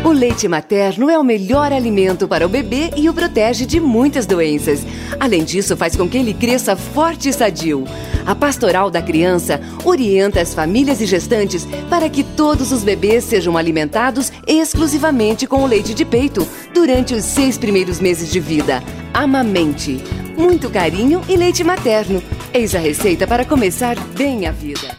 O leite materno é o melhor alimento para o bebê e o protege de muitas doenças. Além disso, faz com que ele cresça forte e sadio. A Pastoral da Criança orienta as famílias e gestantes para que todos os bebês sejam alimentados exclusivamente com o leite de peito durante os 6 primeiros meses de vida. Amamente. Muito carinho e leite materno. Eis a receita para começar bem a vida.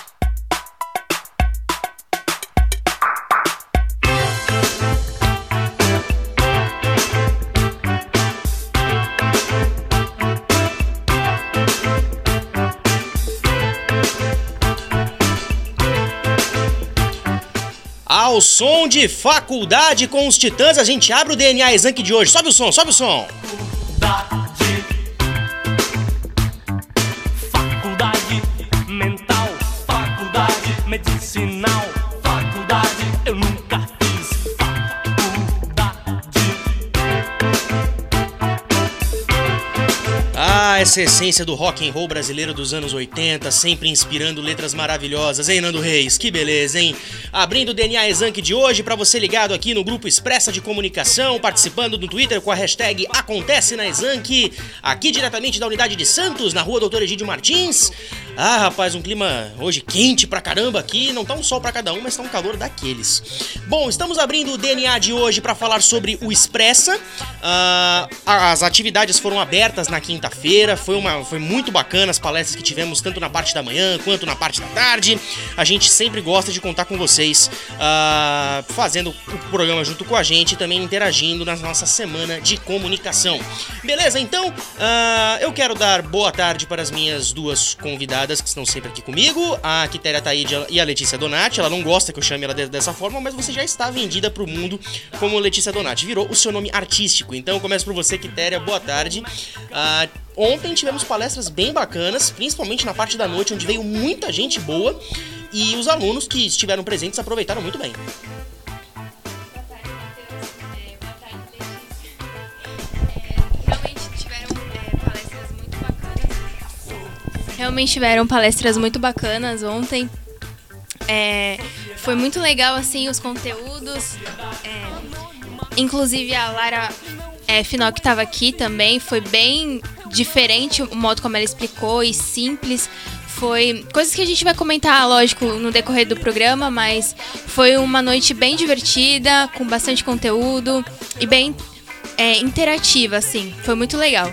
Ao som de Faculdade com os Titãs, a gente abre o DNA Exanc de hoje. Sobe o som, sobe o som. Faculdade mental, faculdade medicinal, faculdade eu nunca fiz. Essa essência do rock and roll brasileiro dos anos 80, sempre inspirando letras maravilhosas, hein, Nando Reis? Que beleza, hein? Abrindo o DNA Exanc de hoje, pra você ligado aqui no Grupo Expressa de Comunicação, participando no Twitter com a hashtag Acontece na Exanc, aqui diretamente da unidade de Santos, na rua Doutor Egídio Martins. Ah, rapaz, um clima hoje quente pra caramba aqui, não tá um sol pra cada um, mas tá um calor daqueles. Bom, estamos abrindo o DNA de hoje pra falar sobre o Expressa. As atividades foram abertas na quinta-feira, foi muito bacana as palestras que tivemos, tanto na parte da manhã quanto na parte da tarde. A gente sempre gosta de contar com vocês, fazendo o programa junto com a gente e também interagindo na nossa semana de comunicação. Beleza? Então, eu quero dar boa tarde para as minhas duas convidadas que estão sempre aqui comigo, a Quitéria Taide e a Letícia Donati. Ela não gosta que eu chame ela dessa forma, mas você já está vendida pro mundo como Letícia Donati, virou o seu nome artístico. Então eu começo por você, Quitéria, boa tarde. Ontem tivemos palestras bem bacanas, principalmente na parte da noite, onde veio muita gente boa e os alunos que estiveram presentes aproveitaram muito bem. Realmente tiveram palestras muito bacanas ontem. Foi muito legal, assim, os conteúdos. Inclusive a Lara Final, que estava aqui também, foi bem diferente o modo como ela explicou e simples. Foi coisas que a gente vai comentar, lógico, no decorrer do programa, mas foi uma noite bem divertida, com bastante conteúdo e bem interativa, assim. Foi muito legal.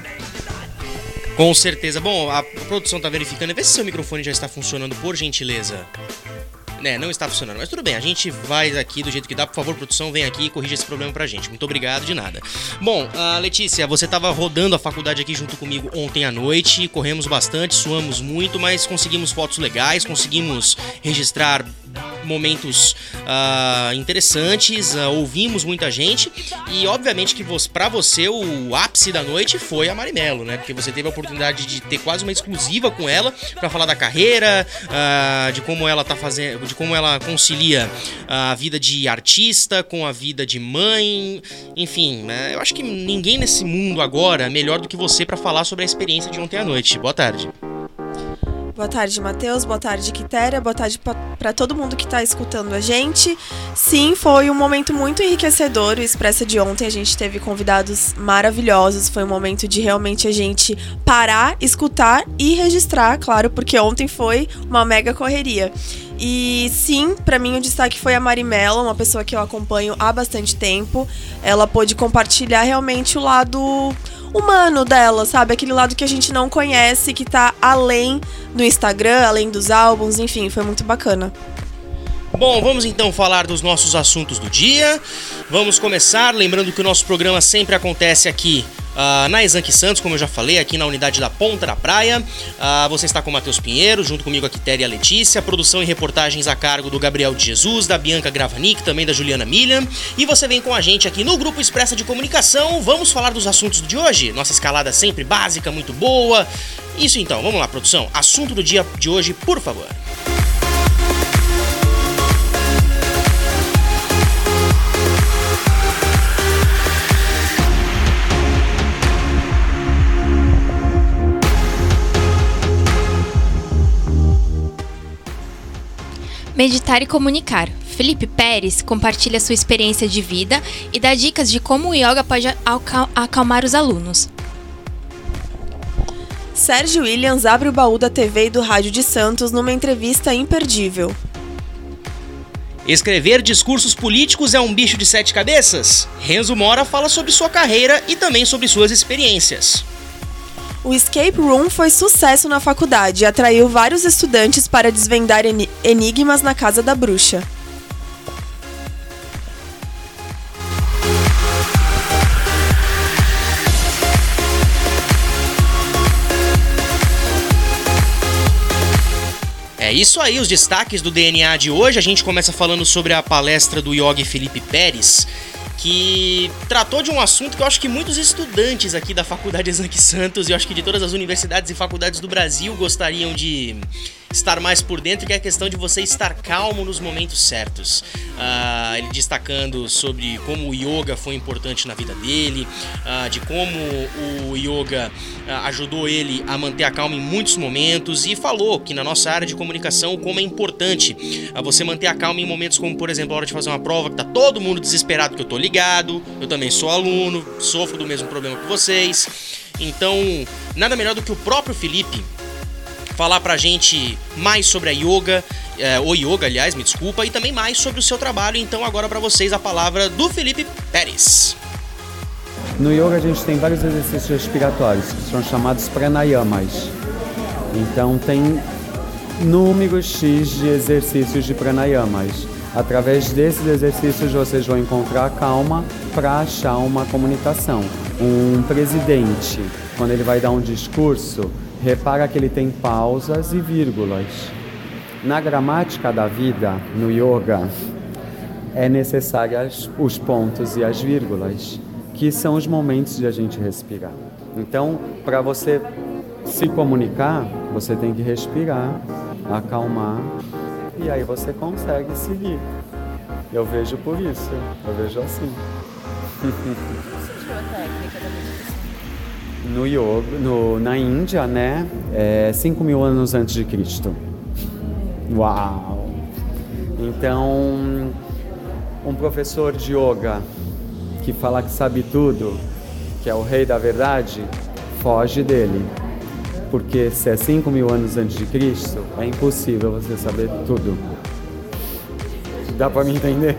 Com certeza. Bom, a produção tá verificando. Vê se seu microfone já está funcionando, por gentileza. Não está funcionando, mas tudo bem. A gente vai aqui do jeito que dá. Por favor, produção, vem aqui e corrija esse problema pra gente. Muito obrigado, de nada. Bom, Letícia, você tava rodando a faculdade aqui junto comigo ontem à noite. Corremos bastante, suamos muito, mas conseguimos fotos legais, conseguimos registrar momentos interessantes, ouvimos muita gente e obviamente que pra você o ápice da noite foi a Marimelo, né? Porque você teve a oportunidade de ter quase uma exclusiva com ela pra falar da carreira, de como ela tá fazendo, de como ela concilia a vida de artista com a vida de mãe, enfim, eu acho que ninguém nesse mundo agora é melhor do que você pra falar sobre a experiência de ontem à noite. Boa tarde. Boa tarde, Matheus. Boa tarde, Quitéria. Boa tarde para todo mundo que está escutando a gente. Sim, foi um momento muito enriquecedor. O Expressa de ontem a gente teve convidados maravilhosos. Foi um momento de realmente a gente parar, escutar e registrar, claro, porque ontem foi uma mega correria. E sim, pra mim o destaque foi a Marimelo, uma pessoa que eu acompanho há bastante tempo. Ela pôde compartilhar realmente o lado humano dela, sabe? Aquele lado que a gente não conhece, que tá além do Instagram, além dos álbuns, enfim, foi muito bacana. Bom, vamos então falar dos nossos assuntos do dia. Vamos começar, lembrando que o nosso programa sempre acontece aqui na Exanc Santos, como eu já falei, aqui na unidade da Ponta da Praia. Você está com o Matheus Pinheiro, junto comigo a Quitéria e a Letícia. Produção e reportagens a cargo do Gabriel de Jesus, da Bianca Gravanic, também da Juliana Milhan. E você vem com a gente aqui no Grupo Expressa de Comunicação. Vamos falar dos assuntos de hoje? Nossa escalada sempre básica, muito boa. Isso então, vamos lá, produção. Assunto do dia de hoje, por favor. Meditar e comunicar. Felipe Pérez compartilha sua experiência de vida e dá dicas de como o yoga pode acalmar os alunos. Sérgio Williams abre o baú da TV e do rádio de Santos numa entrevista imperdível. Escrever discursos políticos é um bicho de 7 cabeças? Renzo Mora fala sobre sua carreira e também sobre suas experiências. O Escape Room foi sucesso na faculdade e atraiu vários estudantes para desvendar enigmas na Casa da Bruxa. É isso aí, os destaques do DNA de hoje. A gente começa falando sobre a palestra do yogi Felipe Pérez, que tratou de um assunto que eu acho que muitos estudantes aqui da Faculdade Exanque Santos, e eu acho que de todas as universidades e faculdades do Brasil, gostariam de estar mais por dentro, que é a questão de você estar calmo nos momentos certos. Ele destacando sobre como o yoga foi importante na vida dele, de como o yoga ajudou ele a manter a calma em muitos momentos, e falou que na nossa área de comunicação como é importante você manter a calma em momentos como, por exemplo, a hora de fazer uma prova que tá todo mundo desesperado, que eu tô ligado, eu também sou aluno, sofro do mesmo problema que vocês. Então, nada melhor do que o próprio Felipe falar pra gente mais sobre a yoga, o yoga, aliás, me desculpa, e também mais sobre o seu trabalho. Então agora pra vocês a palavra do Felipe Pérez. No yoga a gente tem vários exercícios respiratórios, que são chamados pranayamas. Então tem número X de exercícios de pranayamas. Através desses exercícios vocês vão encontrar calma para achar uma comunicação. Um presidente, quando ele vai dar um discurso, repara que ele tem pausas e vírgulas. Na gramática da vida, no yoga, é necessários os pontos e as vírgulas, que são os momentos de a gente respirar. Então, para você se comunicar, você tem que respirar, acalmar, e aí você consegue seguir. Eu vejo por isso, eu vejo assim. No yoga, na Índia, né, 5.000 anos antes de Cristo. Uau! Então, um professor de yoga que fala que sabe tudo, que é o rei da verdade, foge dele. Porque se é 5.000 anos antes de Cristo, é impossível você saber tudo. Dá para me entender?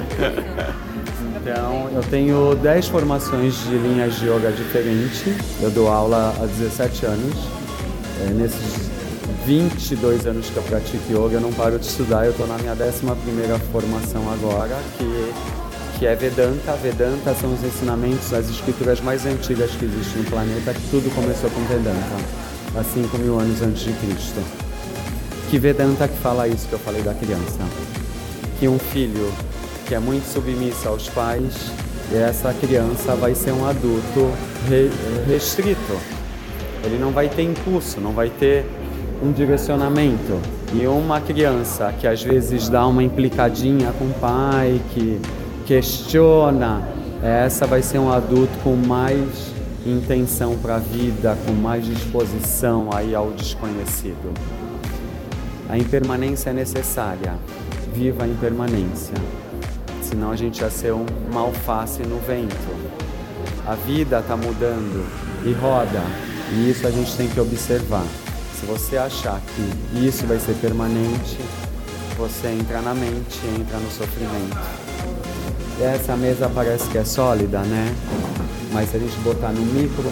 Então, eu tenho 10 formações de linhas de yoga diferentes. Eu dou aula há 17 anos. Nesses 22 anos que eu pratico yoga, eu não paro de estudar. Eu estou na minha 11ª formação agora, que é Vedanta. Vedanta são os ensinamentos, as escrituras mais antigas que existem no planeta, que tudo começou com Vedanta, há 5.000 anos antes de Cristo. Que Vedanta que fala isso que eu falei da criança. Que um filho que é muito submissa aos pais, essa criança vai ser um adulto restrito. Ele não vai ter impulso, não vai ter um direcionamento. E uma criança que às vezes dá uma implicadinha com o pai, que questiona, essa vai ser um adulto com mais intenção para a vida, com mais disposição aí ao desconhecido. A impermanência é necessária. Viva a impermanência. Senão a gente ia ser uma alface no vento. A vida está mudando e roda, e isso a gente tem que observar. Se você achar que isso vai ser permanente, você entra na mente, entra no sofrimento. E essa mesa parece que é sólida, né? Mas se a gente botar no micro,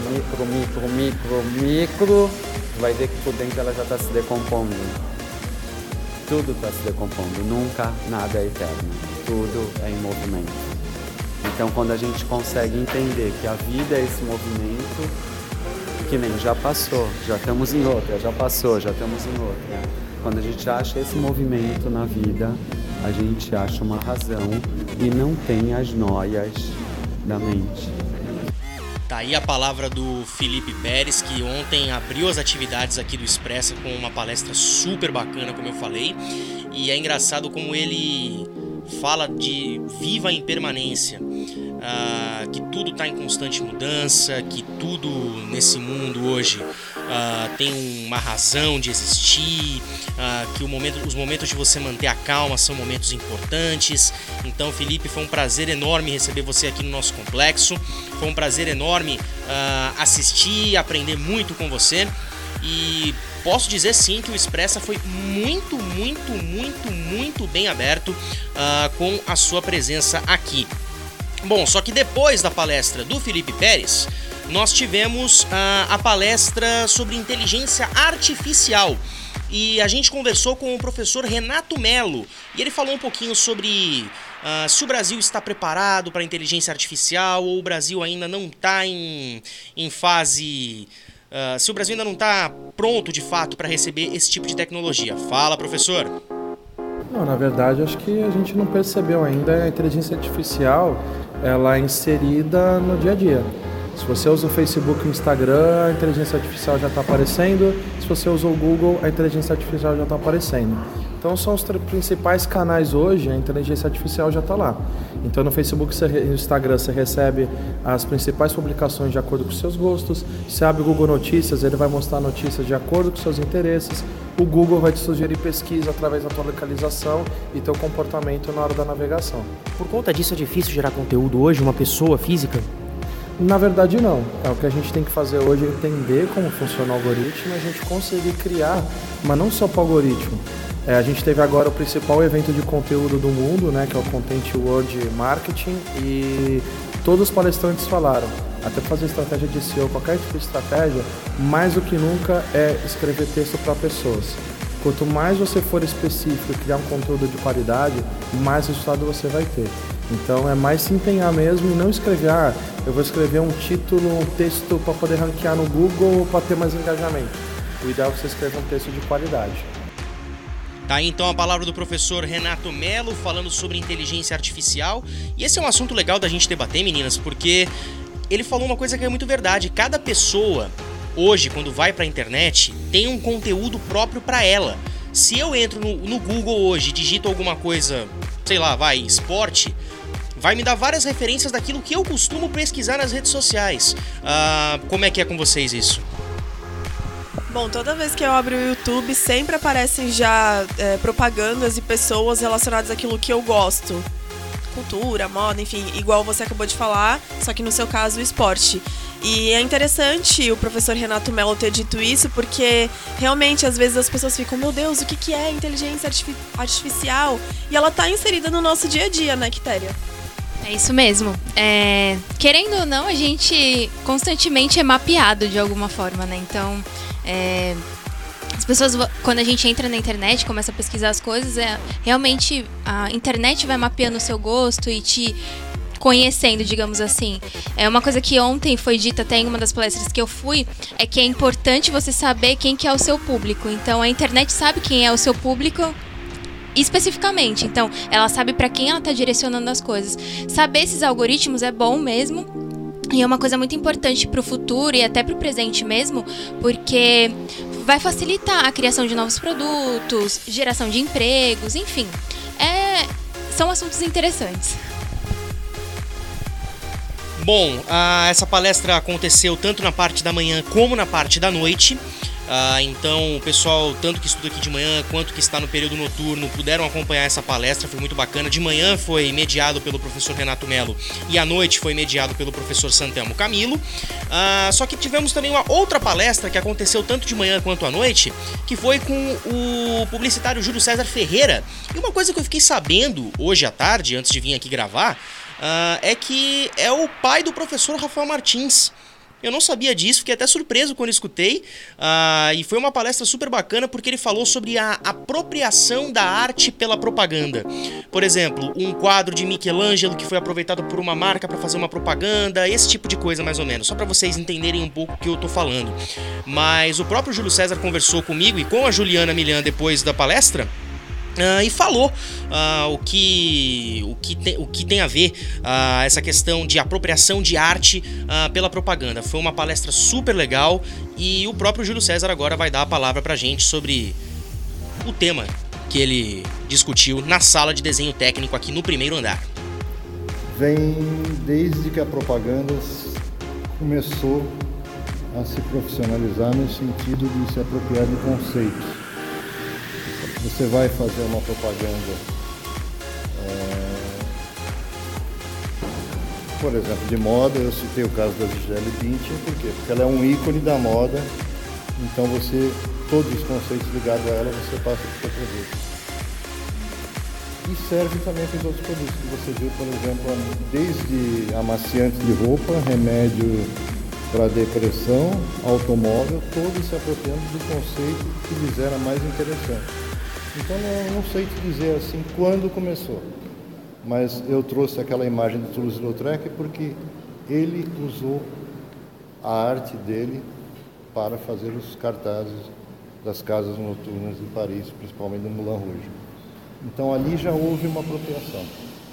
vai ver que por dentro ela já está se decompondo. Tudo está se decompondo, nunca nada é eterno, tudo é em movimento. Então quando a gente consegue entender que a vida é esse movimento, que nem já passou, já estamos em outra, já passou, já estamos em outra. Quando a gente acha esse movimento na vida, a gente acha uma razão e não tem as noias da mente. Tá aí a palavra do Felipe Pérez, que ontem abriu as atividades aqui do Expressa com uma palestra super bacana, como eu falei. E é engraçado como ele fala de viva a impermanência. que tudo está em constante mudança, que tudo nesse mundo hoje tem uma razão de existir, que os momentos de você manter a calma são momentos importantes. Então, Felipe, foi um prazer enorme receber você aqui no nosso complexo, foi um prazer enorme assistir e aprender muito com você, e posso dizer sim que o Expressa foi muito bem aberto com a sua presença aqui. Bom, só que depois da palestra do Felipe Pérez, nós tivemos a palestra sobre inteligência artificial. E a gente conversou com o professor Renato Melo, e ele falou um pouquinho sobre se o Brasil está preparado para a inteligência artificial, ou o Brasil ainda não está em fase... se o Brasil ainda não está pronto, de fato, para receber esse tipo de tecnologia. Fala, professor. Não, na verdade, acho que a gente não percebeu ainda a inteligência artificial, ela é inserida no dia a dia. Se você usa o Facebook e o Instagram, a inteligência artificial já está aparecendo. Se você usa o Google, a inteligência artificial já está aparecendo. Então são os principais canais hoje, a inteligência artificial já está lá. Então no Facebook e no Instagram você recebe as principais publicações de acordo com os seus gostos. Você abre o Google Notícias, ele vai mostrar notícias de acordo com os seus interesses. O Google vai te sugerir pesquisa através da tua localização e teu comportamento na hora da navegação. Por conta disso é difícil gerar conteúdo hoje, uma pessoa física? Na verdade não, o que a gente tem que fazer hoje é entender como funciona o algoritmo e a gente conseguir criar, mas não só para o algoritmo. A gente teve agora o principal evento de conteúdo do mundo, né, que é o Content World Marketing, e todos os palestrantes falaram, até para fazer estratégia de SEO, qualquer tipo de estratégia, mais do que nunca é escrever texto para pessoas. Quanto mais você for específico e criar um conteúdo de qualidade, mais resultado você vai ter. Então é mais se empenhar mesmo e não escrever, eu vou escrever um título, um texto para poder ranquear no Google para ter mais engajamento. O ideal é que você escreva um texto de qualidade. Tá aí então a palavra do professor Renato Melo falando sobre inteligência artificial. E esse é um assunto legal da gente debater, meninas, porque ele falou uma coisa que é muito verdade. Cada pessoa hoje, quando vai pra internet, tem um conteúdo próprio para ela. Se eu entro no Google hoje e digito alguma coisa, sei lá, esporte, vai me dar várias referências daquilo que eu costumo pesquisar nas redes sociais. Como é que é com vocês isso? Bom, toda vez que eu abro o YouTube, sempre aparecem já propagandas e pessoas relacionadas àquilo que eu gosto. Cultura, moda, enfim, igual você acabou de falar, só que no seu caso, o esporte. E é interessante o professor Renato Melo ter dito isso, porque realmente às vezes as pessoas ficam, meu Deus, o que é inteligência artificial? E ela tá inserida no nosso dia a dia, né, Quitéria? É isso mesmo. Querendo ou não, a gente constantemente é mapeado de alguma forma, né? Então, as pessoas, quando a gente entra na internet, começa a pesquisar as coisas, realmente a internet vai mapeando o seu gosto e te conhecendo, digamos assim. É uma coisa que ontem foi dita até em uma das palestras que eu fui, é que é importante você saber quem que é o seu público. Então, a internet sabe quem é o seu público especificamente. Então, ela sabe para quem ela está direcionando as coisas. Saber esses algoritmos é bom mesmo. E é uma coisa muito importante para o futuro e até para o presente mesmo, porque vai facilitar a criação de novos produtos, geração de empregos, enfim. São assuntos interessantes. Bom, essa palestra aconteceu tanto na parte da manhã como na parte da noite. Então o pessoal, tanto que estuda aqui de manhã quanto que está no período noturno, puderam acompanhar essa palestra, foi muito bacana. De manhã foi mediado pelo professor Renato Melo e à noite foi mediado pelo professor Santelmo Camilo. Só que tivemos também uma outra palestra que aconteceu tanto de manhã quanto à noite, que foi com o publicitário Júlio César Ferreira. E uma coisa que eu fiquei sabendo hoje à tarde, antes de vir aqui gravar, é que é o pai do professor Rafael Martins. Eu não sabia disso, fiquei até surpreso quando escutei, e foi uma palestra super bacana porque ele falou sobre a apropriação da arte pela propaganda. Por exemplo, um quadro de Michelangelo que foi aproveitado por uma marca para fazer uma propaganda, esse tipo de coisa mais ou menos, só para vocês entenderem um pouco o que eu tô falando. Mas o próprio Júlio César conversou comigo e com a Juliana Milhan depois da palestra, e falou o que tem a ver essa questão de apropriação de arte pela propaganda. Foi uma palestra super legal e o próprio Júlio César agora vai dar a palavra pra gente sobre o tema que ele discutiu na sala de desenho técnico aqui no primeiro andar. vem desde que a propaganda começou a se profissionalizar no sentido de se apropriar de conceitos. Você vai fazer uma propaganda, por exemplo, de moda, eu citei o caso da Gisele Bündchen, por quê? Porque ela é um ícone da moda, então todos os conceitos ligados a ela você passa para o seu produto. E serve também para os outros produtos que você viu, por exemplo, desde amaciante de roupa, remédio para depressão, automóvel, todos se apropriando do conceito que lhes era mais interessante. Então não sei te dizer assim quando começou, mas eu trouxe aquela imagem do Toulouse-Lautrec porque ele usou a arte dele para fazer os cartazes das casas noturnas de Paris, principalmente do Moulin Rouge. Então ali já houve uma apropriação.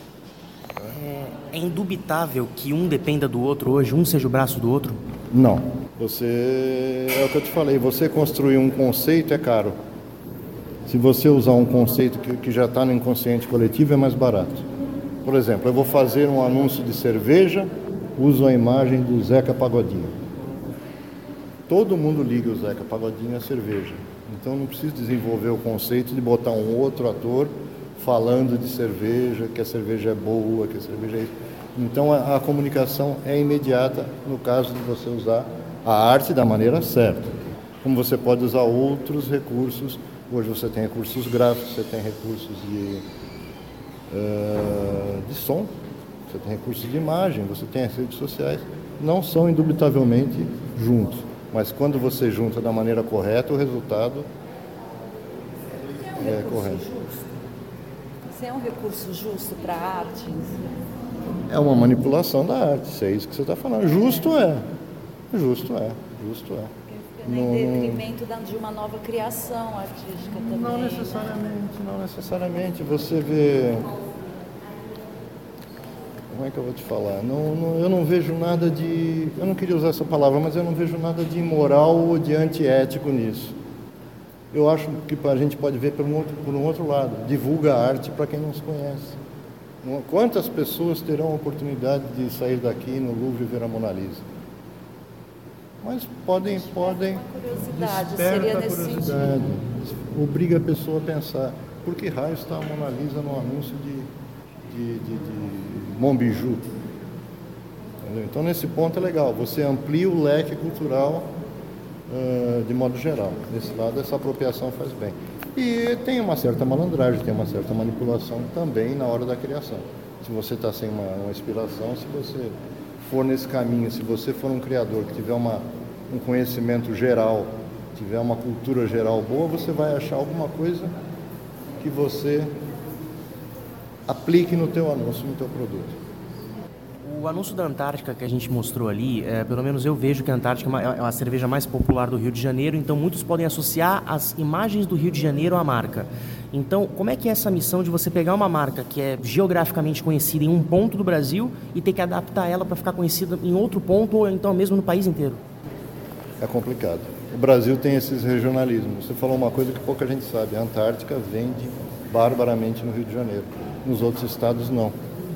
É indubitável que um dependa do outro hoje, um seja o braço do outro? Não. É o que eu te falei, você construir um conceito é caro. Se você usar um conceito que já está no inconsciente coletivo, é mais barato. Por exemplo, eu vou fazer um anúncio de cerveja, uso a imagem do Zeca Pagodinho. Todo mundo liga o Zeca Pagodinho à cerveja. Então não preciso desenvolver o conceito de botar um outro ator falando de cerveja, que a cerveja é boa, que a cerveja é isso. Então a comunicação é imediata no caso de você usar a arte da maneira certa. Como você pode usar outros recursos. Hoje você tem recursos gráficos, você tem recursos de som, você tem recursos de imagem, você tem as redes sociais. Não são indubitavelmente juntos. Mas quando você junta da maneira correta, o resultado é correto. Você é um recurso justo para a arte? É uma manipulação da arte, se é isso que você está falando. Justo é. Em detrimento de uma nova criação artística também. Não necessariamente. Você vê... Como é que eu vou te falar? Eu não vejo nada de... Eu não queria usar essa palavra, mas eu não vejo nada de imoral ou de antiético nisso. Eu acho que a gente pode ver por um outro lado. Divulga a arte para quem não se conhece. Quantas pessoas terão a oportunidade de sair daqui no Louvre e ver a Mona Lisa? Mas podem curiosidade, desperta seria a nesse curiosidade, sentido. Obriga a pessoa a pensar, por que raio está a Mona Lisa no anúncio de Monbiju? Entendeu? Então nesse ponto é legal, você amplia o leque cultural de modo geral. Desse lado essa apropriação faz bem. E tem uma certa malandragem, tem uma certa manipulação também na hora da criação. Se você está sem uma inspiração, se você for nesse caminho, se você for um criador que tiver um conhecimento geral, tiver uma cultura geral boa, você vai achar alguma coisa que você aplique no teu anúncio, no teu produto. O anúncio da Antártica que a gente mostrou ali, pelo menos eu vejo que a Antártica é a cerveja mais popular do Rio de Janeiro, então muitos podem associar as imagens do Rio de Janeiro à marca. Então, como é que é essa missão de você pegar uma marca que é geograficamente conhecida em um ponto do Brasil e ter que adaptar ela para ficar conhecida em outro ponto ou então mesmo no país inteiro? É complicado. O Brasil tem esses regionalismos. Você falou uma coisa que pouca gente sabe. A Antártica vende barbaramente no Rio de Janeiro. Nos outros estados, não.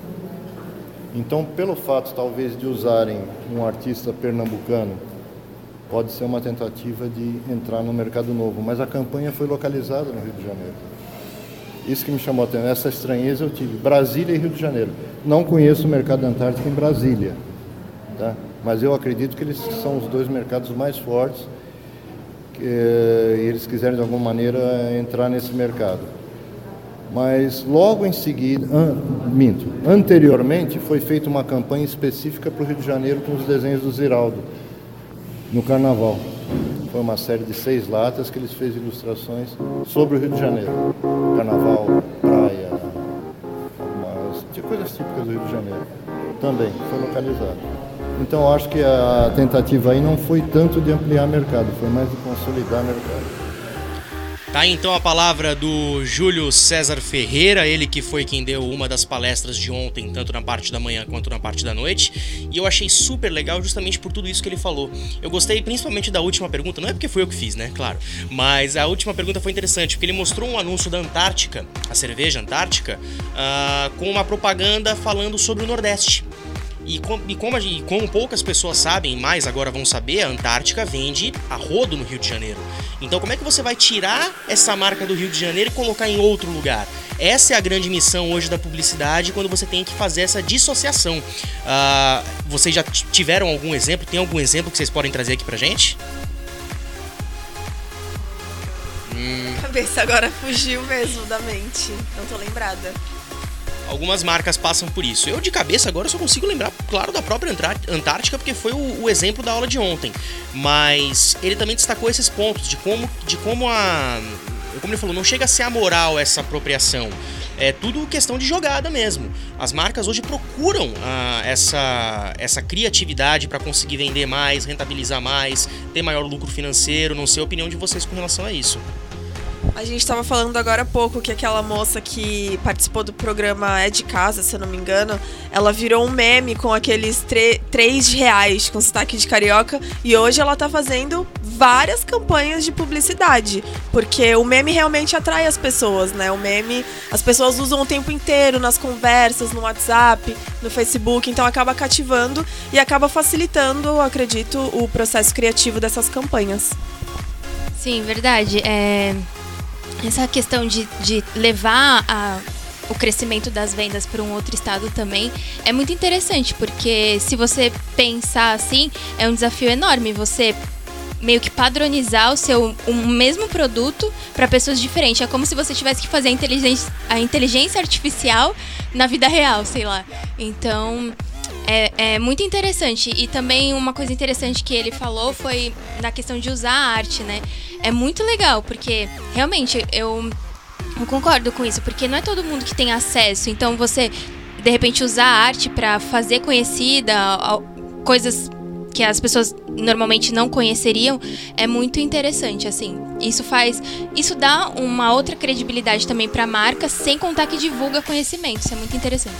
Então, pelo fato, talvez, de usarem um artista pernambucano, pode ser uma tentativa de entrar no mercado novo. Mas a campanha foi localizada no Rio de Janeiro. Isso que me chamou a atenção. Essa estranheza eu tive. Brasília e Rio de Janeiro. Não conheço o mercado da Antártica em Brasília, tá? Mas eu acredito que eles são os dois mercados mais fortes e eles quiserem, de alguma maneira, entrar nesse mercado. Mas logo em seguida, anteriormente, foi feita uma campanha específica para o Rio de Janeiro com os desenhos do Ziraldo, no Carnaval. Foi uma série de 6 latas que eles fez ilustrações sobre o Rio de Janeiro. Carnaval, praia, coisas típicas do Rio de Janeiro. Também foi localizado. Então, eu acho que a tentativa aí não foi tanto de ampliar mercado, foi mais de consolidar mercado. Tá, então a palavra do Júlio César Ferreira, ele que foi quem deu uma das palestras de ontem, tanto na parte da manhã quanto na parte da noite, e eu achei super legal justamente por tudo isso que ele falou. Eu gostei principalmente da última pergunta, não é porque foi eu que fiz, né, claro, mas a última pergunta foi interessante, porque ele mostrou um anúncio da Antártica, a cerveja Antártica, com uma propaganda falando sobre o Nordeste. E como poucas pessoas sabem, mais agora vão saber, a Antártica vende a rodo no Rio de Janeiro. Então como é que você vai tirar essa marca do Rio de Janeiro e colocar em outro lugar? Essa é a grande missão hoje da publicidade, quando você tem que fazer essa dissociação. Vocês já tiveram algum exemplo? Tem algum exemplo que vocês podem trazer aqui pra gente? A cabeça agora fugiu mesmo da mente. Não tô lembrada. Algumas marcas passam por isso. Eu de cabeça agora só consigo lembrar, claro, da própria Antártica, porque foi o exemplo da aula de ontem. Mas ele também destacou esses pontos de como ele falou, não chega a ser amoral essa apropriação. É tudo questão de jogada mesmo. As marcas hoje procuram essa criatividade para conseguir vender mais, rentabilizar mais, ter maior lucro financeiro. Não sei a opinião de vocês com relação a isso. A gente estava falando agora há pouco que aquela moça que participou do programa É de Casa, se eu não me engano, ela virou um meme com aqueles R$3 com sotaque de carioca, e hoje ela tá fazendo várias campanhas de publicidade, porque o meme realmente atrai as pessoas, né? O meme, as pessoas usam o tempo inteiro nas conversas, no WhatsApp, no Facebook, então acaba cativando e acaba facilitando, acredito, o processo criativo dessas campanhas. Sim, verdade. Essa questão de levar o crescimento das vendas para um outro estado também é muito interessante, porque se você pensar assim, é um desafio enorme você meio que padronizar o mesmo produto para pessoas diferentes. É como se você tivesse que fazer a inteligência artificial na vida real, sei lá. Então, é muito interessante. E também uma coisa interessante que ele falou foi na questão de usar a arte, né? É muito legal, porque realmente eu concordo com isso, porque não é todo mundo que tem acesso. Então você, de repente, usar a arte para fazer conhecida coisas que as pessoas normalmente não conheceriam é muito interessante, assim. Isso dá uma outra credibilidade também para a marca, sem contar que divulga conhecimento. Isso é muito interessante.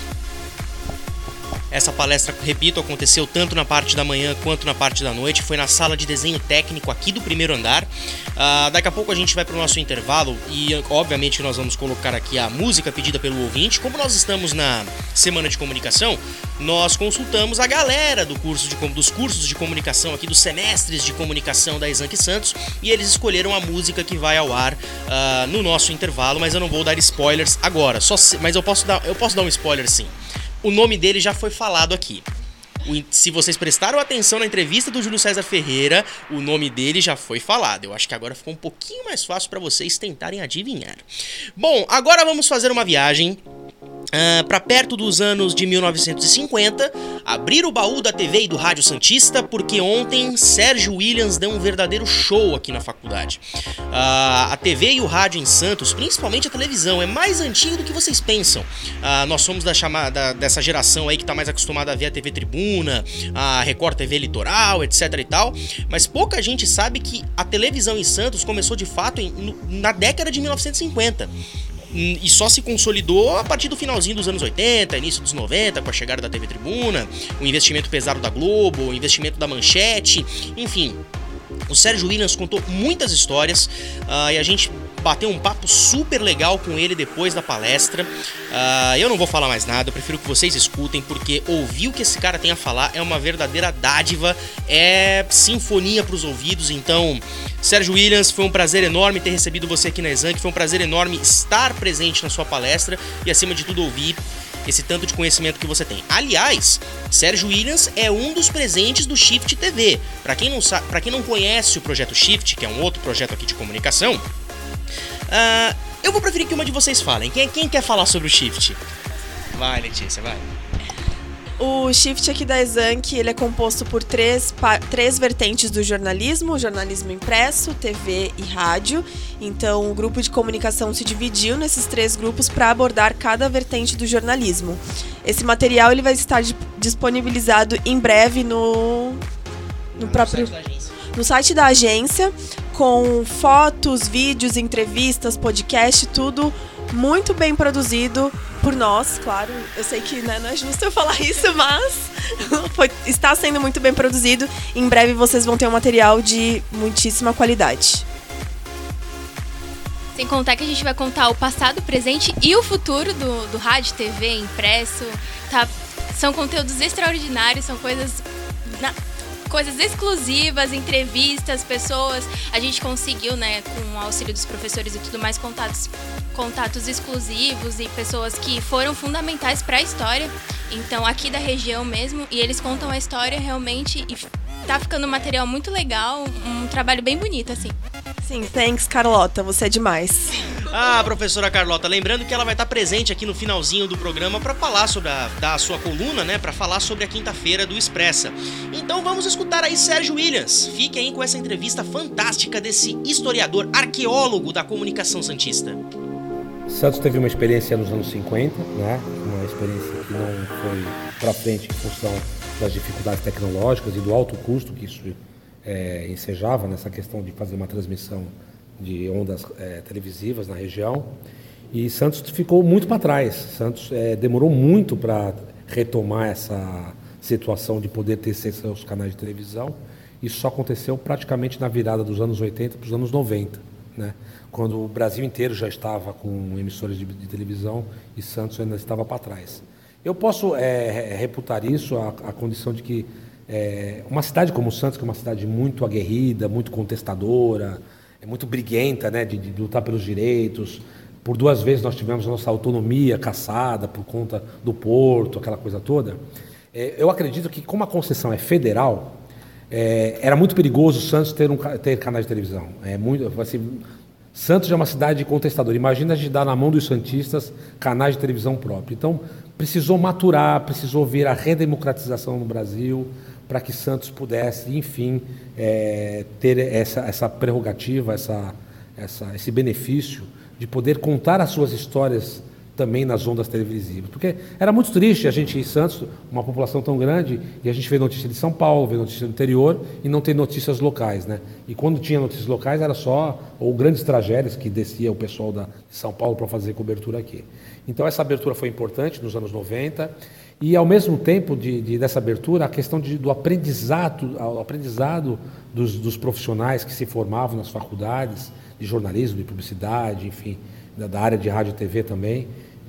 Essa palestra, repito, aconteceu tanto na parte da manhã quanto na parte da noite. Foi na sala de desenho técnico aqui do primeiro andar. Daqui a pouco a gente vai para o nosso intervalo e, obviamente, nós vamos colocar aqui a música pedida pelo ouvinte. Como nós estamos na semana de comunicação, nós consultamos a galera dos cursos de comunicação aqui, dos semestres de comunicação da Exanc Santos, e eles escolheram a música que vai ao ar no nosso intervalo, mas eu não vou dar spoilers agora. Mas eu posso dar um spoiler sim. O nome dele já foi falado aqui. Se vocês prestaram atenção na entrevista do Júlio César Ferreira, o nome dele já foi falado. Eu acho que agora ficou um pouquinho mais fácil para vocês tentarem adivinhar. Bom, agora vamos fazer uma viagem para perto dos anos de 1950, abrir o baú da TV e do Rádio Santista, porque ontem Sérgio Williams deu um verdadeiro show aqui na faculdade. A TV e o rádio em Santos, principalmente a televisão, é mais antigo do que vocês pensam. Nós somos dessa geração aí que tá mais acostumada a ver a TV Tribuna, a Record TV Litoral, etc e tal, mas pouca gente sabe que a televisão em Santos começou de fato na década de 1950. E só se consolidou a partir do finalzinho dos anos 80, início dos 90, com a chegada da TV Tribuna, o investimento pesado da Globo, o investimento da Manchete, enfim. O Sérgio Williams contou muitas histórias e a gente bateu um papo super legal com ele depois da palestra. Eu não vou falar mais nada, eu prefiro que vocês escutem, porque ouvir o que esse cara tem a falar é uma verdadeira dádiva, é sinfonia para os ouvidos. Então, Sérgio Williams, foi um prazer enorme ter recebido você aqui na Exanc, foi um prazer enorme estar presente na sua palestra e, acima de tudo, ouvir esse tanto de conhecimento que você tem. Aliás, Sérgio Williams é um dos presentes do Shift TV. Para quem não conhece o projeto Shift, que é um outro projeto aqui de comunicação, eu vou preferir que uma de vocês falem. Quem quer falar sobre o Shift? Vai, Letícia, vai. O Shift aqui da Exanc, ele é composto por três vertentes do jornalismo: o jornalismo impresso, TV e rádio. Então, o grupo de comunicação se dividiu nesses 3 grupos para abordar cada vertente do jornalismo. Esse material ele vai estar disponibilizado em breve no site da agência, com fotos, vídeos, entrevistas, podcast, tudo muito bem produzido por nós, claro. Eu sei que, né, não é justo eu falar isso, mas está sendo muito bem produzido. Em breve vocês vão ter um material de muitíssima qualidade. Sem contar que a gente vai contar o passado, o presente e o futuro do rádio, TV, impresso. Tá? São conteúdos extraordinários, são coisas exclusivas, entrevistas, pessoas. A gente conseguiu, né, com o auxílio dos professores e tudo mais, contatos exclusivos e pessoas que foram fundamentais para a história. Então, aqui da região mesmo, e eles contam a história realmente e tá ficando um material muito legal, um trabalho bem bonito, assim. Sim, thanks, Carlota, você é demais. Ah, professora Carlota, lembrando que ela vai estar presente aqui no finalzinho do programa para falar sobre da sua coluna, né, para falar sobre a quinta-feira do Expressa. Então vamos escutar aí Sérgio Williams. Fiquem aí com essa entrevista fantástica desse historiador, arqueólogo da comunicação santista. Santos teve uma experiência nos anos 50, né, uma experiência que não foi para frente em função das dificuldades tecnológicas e do alto custo que isso ensejava nessa questão de fazer uma transmissão de ondas televisivas na região, e Santos ficou muito para trás. Santos demorou muito para retomar essa situação de poder ter seus canais de televisão. Isso só aconteceu praticamente na virada dos anos 80 para os anos 90, né? Quando o Brasil inteiro já estava com emissoras de televisão e Santos ainda estava para trás. Eu posso reputar isso à condição de que uma cidade como Santos, que é uma cidade muito aguerrida, muito contestadora, muito briguenta, né, de lutar pelos direitos. Por 2 vezes nós tivemos a nossa autonomia cassada por conta do porto, aquela coisa toda. Eu acredito que, como a concessão é federal, era muito perigoso Santos ter canais de televisão. Santos é uma cidade contestadora. Imagina a gente dar na mão dos santistas canais de televisão próprios. Então, precisou maturar, precisou ver a redemocratização no Brasil para que Santos pudesse, enfim, ter essa prerrogativa, esse benefício de poder contar as suas histórias também nas ondas televisivas. Porque era muito triste a gente em Santos, uma população tão grande, e a gente vê notícia de São Paulo, vê notícia do interior e não tem notícias locais, né? E quando tinha notícias locais era só ou grandes tragédias que descia o pessoal de São Paulo para fazer cobertura aqui. Então essa abertura foi importante nos anos 90 e, ao mesmo tempo dessa abertura, a questão do aprendizado dos profissionais que se formavam nas faculdades de jornalismo, de publicidade, enfim, da área de rádio e TV também,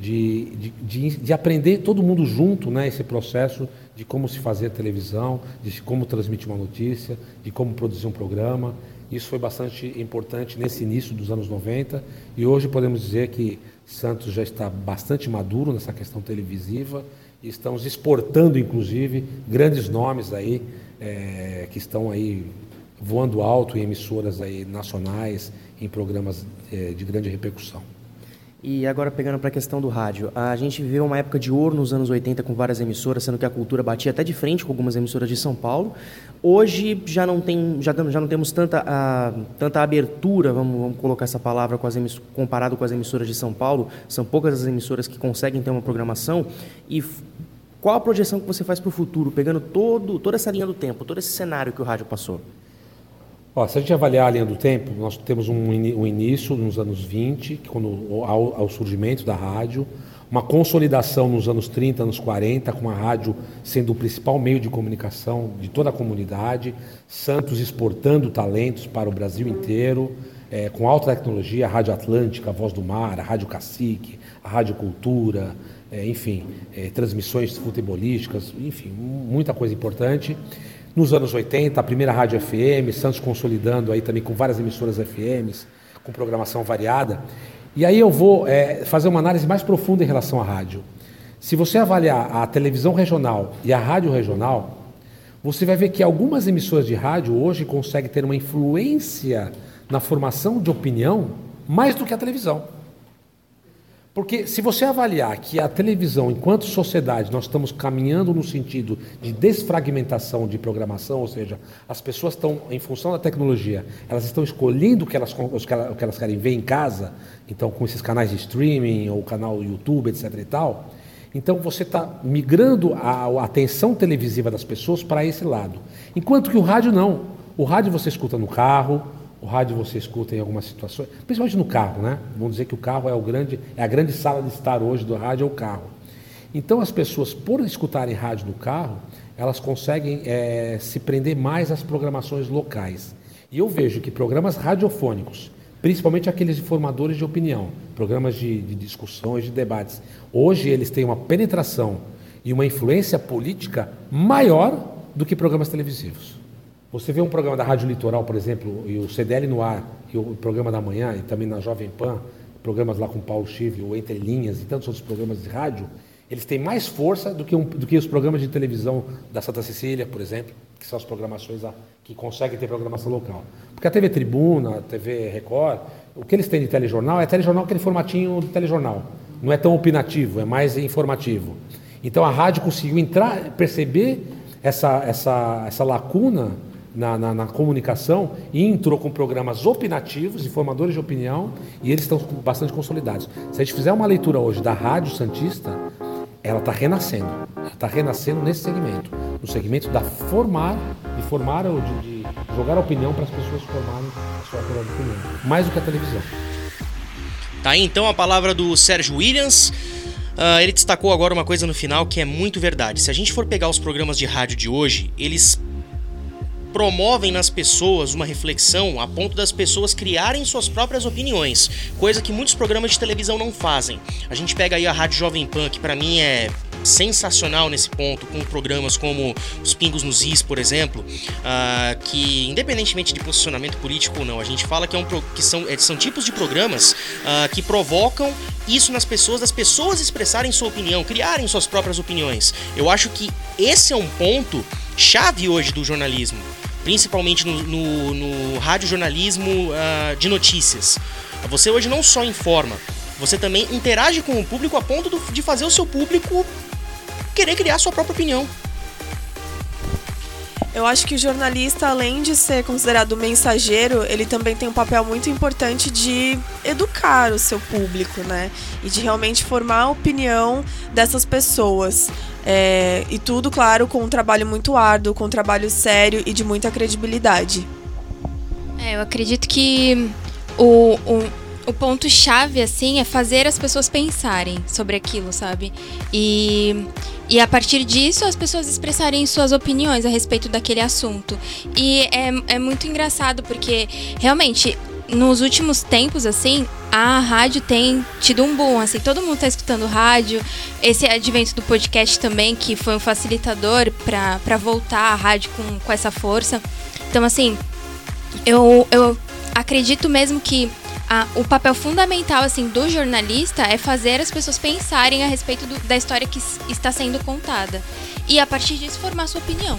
de aprender todo mundo junto, né, esse processo de como se fazer televisão, de como transmitir uma notícia, de como produzir um programa. Isso foi bastante importante nesse início dos anos 90 e hoje podemos dizer que Santos já está bastante maduro nessa questão televisiva e estamos exportando, inclusive, grandes nomes aí que estão aí voando alto em emissoras aí nacionais, em programas de grande repercussão. E agora, pegando para a questão do rádio, a gente viveu uma época de ouro nos anos 80 com várias emissoras, sendo que a cultura batia até de frente com algumas emissoras de São Paulo. Hoje já não temos tanta abertura, vamos colocar essa palavra, comparado com as emissoras de São Paulo. São poucas as emissoras que conseguem ter uma programação. E qual a projeção que você faz para o futuro, pegando toda essa linha do tempo, todo esse cenário que o rádio passou? Se a gente avaliar a linha do tempo, nós temos um início nos anos 20, ao surgimento da rádio, uma consolidação nos anos 30, anos 40, com a rádio sendo o principal meio de comunicação de toda a comunidade, Santos exportando talentos para o Brasil inteiro, com alta tecnologia, a Rádio Atlântica, a Voz do Mar, a Rádio Cacique, a Rádio Cultura, enfim, transmissões futebolísticas, enfim, muita coisa importante. Nos anos 80, a primeira rádio FM, Santos consolidando aí também com várias emissoras FMs, com programação variada. E aí eu vou fazer uma análise mais profunda em relação à rádio. Se você avaliar a televisão regional e a rádio regional, você vai ver que algumas emissoras de rádio hoje conseguem ter uma influência na formação de opinião mais do que a televisão. Porque se você avaliar que a televisão, enquanto sociedade, nós estamos caminhando no sentido de desfragmentação de programação, ou seja, as pessoas estão, em função da tecnologia, elas estão escolhendo o que elas querem ver em casa, então com esses canais de streaming, ou canal YouTube, etc. e tal, então você está migrando a atenção televisiva das pessoas para esse lado. Enquanto que o rádio não. O rádio você escuta no carro, O rádio você escuta em algumas situações, principalmente no carro, né? Vamos dizer que o carro é a grande sala de estar hoje do rádio, é o carro. Então as pessoas, por escutarem rádio no carro, elas conseguem se prender mais às programações locais. E eu vejo que programas radiofônicos, principalmente aqueles de formadores de opinião, programas de discussões, de debates, hoje eles têm uma penetração e uma influência política maior do que programas televisivos. Você vê um programa da Rádio Litoral, por exemplo, e o CDL no ar, e o programa da manhã, e também na Jovem Pan, programas lá com Paulo Chivre, o Entre Linhas e tantos outros programas de rádio, eles têm mais força do que os programas de televisão da Santa Cecília, por exemplo, que são as programações que conseguem ter programação local. Porque a TV Tribuna, a TV Record, o que eles têm de telejornal é telejornal, aquele formatinho do telejornal. Não é tão opinativo, é mais informativo. Então a rádio conseguiu perceber essa lacuna na comunicação e entrou com programas opinativos, informadores de opinião, e eles estão bastante consolidados. Se a gente fizer uma leitura hoje da Rádio Santista, ela está renascendo. Ela está renascendo nesse segmento. No segmento de formar ou de jogar a opinião para as pessoas formarem a sua própria opinião. Mais do que a televisão. Tá aí então a palavra do Sérgio Williams. Ele destacou agora uma coisa no final que é muito verdade. Se a gente for pegar os programas de rádio de hoje, eles promovem nas pessoas uma reflexão a ponto das pessoas criarem suas próprias opiniões, coisa que muitos programas de televisão não fazem. A gente pega aí a Rádio Jovem Pan, que pra mim é sensacional nesse ponto, com programas como os Pingos nos Is, por exemplo, que independentemente de posicionamento político ou não, a gente fala que são tipos de programas que provocam isso nas pessoas, das pessoas expressarem sua opinião, criarem suas próprias opiniões. Eu acho que esse é um ponto chave hoje do jornalismo, principalmente no radiojornalismo de notícias. Você hoje não só informa, você também interage com o público a ponto de fazer o seu público querer criar sua própria opinião. Eu acho que o jornalista, além de ser considerado mensageiro, ele também tem um papel muito importante de educar o seu público, né? E de realmente formar a opinião dessas pessoas. E tudo, claro, com um trabalho muito árduo, com um trabalho sério e de muita credibilidade. Eu acredito que o ponto-chave, assim, é fazer as pessoas pensarem sobre aquilo, sabe? E a partir disso, as pessoas expressarem suas opiniões a respeito daquele assunto. E é muito engraçado, porque, realmente, nos últimos tempos, assim, a rádio tem tido um boom, assim, todo mundo tá escutando rádio. Esse advento do podcast também, que foi um facilitador para voltar a rádio com essa força. Então, assim, eu acredito mesmo que o papel fundamental, assim, do jornalista é fazer as pessoas pensarem a respeito da história que está sendo contada. E, a partir disso, formar sua opinião.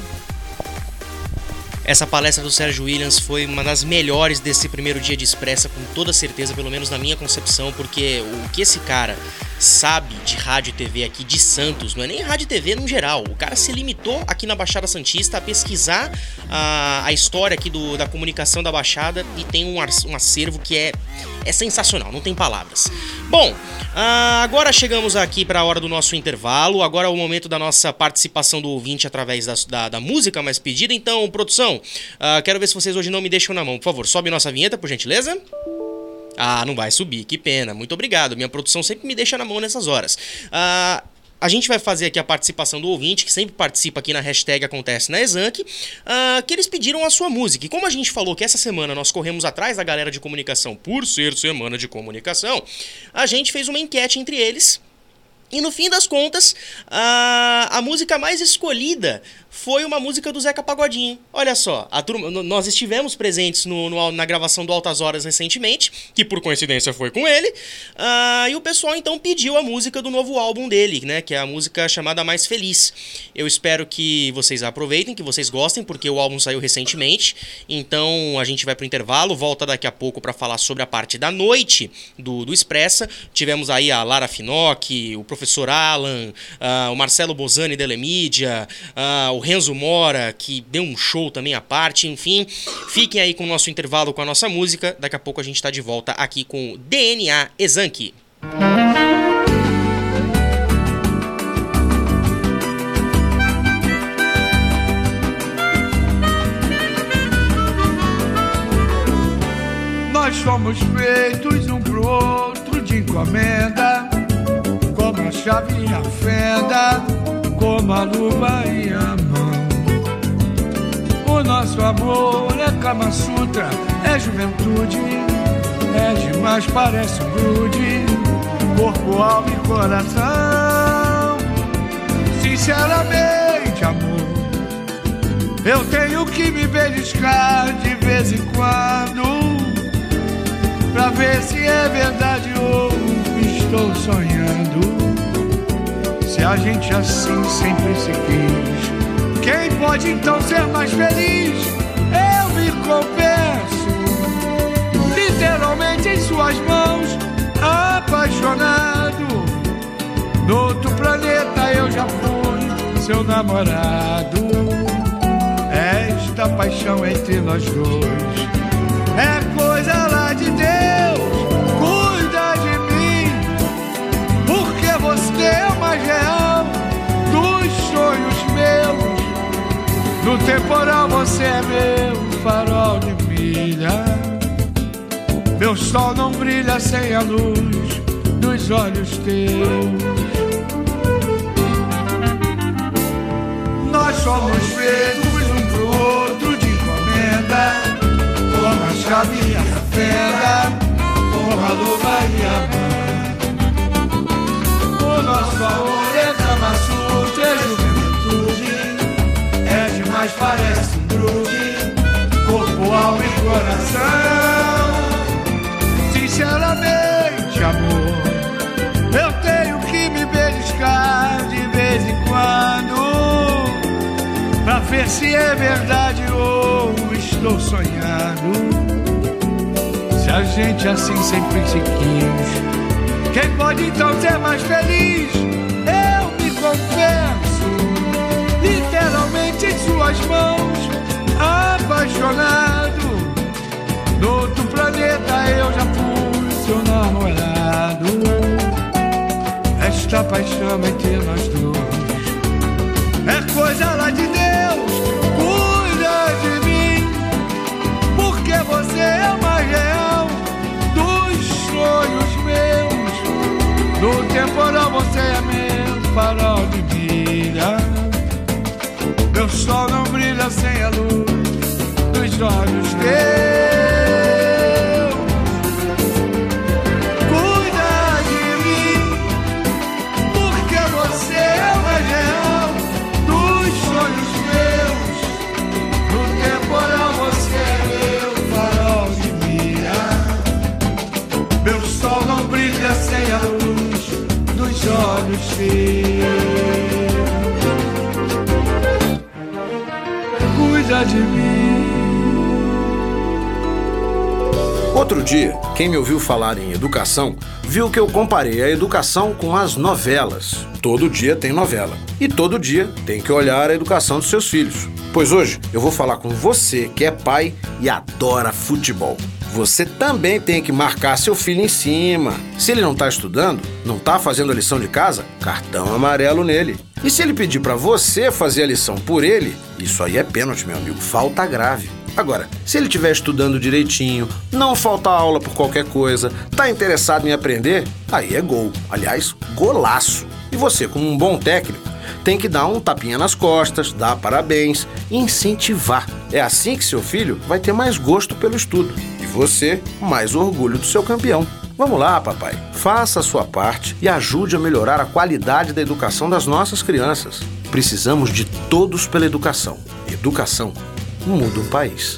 Essa palestra do Sérgio Williams foi uma das melhores desse primeiro dia de Expressa, com toda certeza, pelo menos na minha concepção, porque o que esse cara sabe de rádio e TV aqui de Santos, não é nem rádio e TV no geral, o cara se limitou aqui na Baixada Santista a pesquisar a história aqui da comunicação da Baixada e tem um acervo que é sensacional, não tem palavras. Bom, agora chegamos aqui para a hora do nosso intervalo, agora é o momento da nossa participação do ouvinte através da música mais pedida. Então, produção, quero ver se vocês hoje não me deixam na mão, por favor, sobe nossa vinheta, por gentileza. Não vai subir, que pena, muito obrigado, minha produção sempre me deixa na mão nessas horas. A gente vai fazer aqui a participação do ouvinte, que sempre participa aqui na hashtag Acontece na Exanc, que eles pediram a sua música. E como a gente falou que essa semana nós corremos atrás da galera de comunicação por ser semana de comunicação, a gente fez uma enquete entre eles. E no fim das contas, a música mais escolhida foi uma música do Zeca Pagodinho. Olha só, nós estivemos presentes na gravação do Altas Horas recentemente, que por coincidência foi com ele, e o pessoal então pediu a música do novo álbum dele, né, que é a música chamada Mais Feliz. Eu espero que vocês aproveitem, que vocês gostem, porque o álbum saiu recentemente, então a gente vai pro intervalo, volta daqui a pouco para falar sobre a parte da noite do Expressa. Tivemos aí a Lara Finocchi, o professor Alan, o Marcelo Bozani da Elemídia, o Renzo Mora, que deu um show também à parte, enfim. Fiquem aí com o nosso intervalo, com a nossa música. Daqui a pouco a gente tá de volta aqui com o DNA Exanc. Nós somos feitos um pro outro de encomenda, como a chave e a fenda, como a luva e a mão. O nosso amor é Kama Sutra, é juventude, é demais, parece um grude, corpo, alma e coração. Sinceramente, amor, eu tenho que me beliscar de vez em quando, pra ver se é verdade ou estou sonhando. Se a gente assim sempre se quis, quem pode então ser mais feliz? Eu me confesso, literalmente em suas mãos, apaixonado. No outro planeta eu já fui seu namorado. Esta paixão entre nós dois é coisa lá de Deus. Cuida de mim, porque você é o mais real dos sonhos meus. No temporal você é meu farol de milha. Meu sol não brilha sem a luz dos olhos teus. Nós somos feitos um pro outro de encomenda, como a chave e a fenda, como a luva e a mão. O nosso amor é Kama Sutra, é juventude, é demais, parece um grude, corpo, alma e coração. Sinceramente, amor, eu tenho que me beliscar de vez em quando, pra ver se é verdade ou estou sonhando. Se a gente assim sempre se quis, quem pode então ser mais feliz? Eu me confesso, literalmente em suas mãos, apaixonado. No outro planeta eu já fui seu namorado. Esta paixão entre nós dois é coisa lá de Deus. Cuida de mim, porque você é o mais real dos sonhos meus. No temporal você é meu farol de milha. Meu sol não brilha sem a luz dos olhos teus. Cuida de mim, porque você é o mais real dos sonhos meus. No temporal você é meu farol de milha. Meu sol não brilha sem a luz dos olhos teus. Cuida de mim. Outro dia, quem me ouviu falar em educação, viu que eu comparei a educação com as novelas. Todo dia tem novela. E todo dia tem que olhar a educação dos seus filhos. Pois hoje eu vou falar com você que é pai e adora futebol. Você também tem que marcar seu filho em cima. Se ele não está estudando, não está fazendo a lição de casa, cartão amarelo nele. E se ele pedir para você fazer a lição por ele, isso aí é pênalti, meu amigo, falta grave. Agora, se ele estiver estudando direitinho, não falta aula por qualquer coisa, tá interessado em aprender, aí é gol. Aliás, golaço. E você, como um bom técnico, tem que dar um tapinha nas costas, dar parabéns, incentivar. É assim que seu filho vai ter mais gosto pelo estudo. E você, mais orgulho do seu campeão. Vamos lá, papai. Faça a sua parte e ajude a melhorar a qualidade da educação das nossas crianças. Precisamos de todos pela educação. Educação muda um país.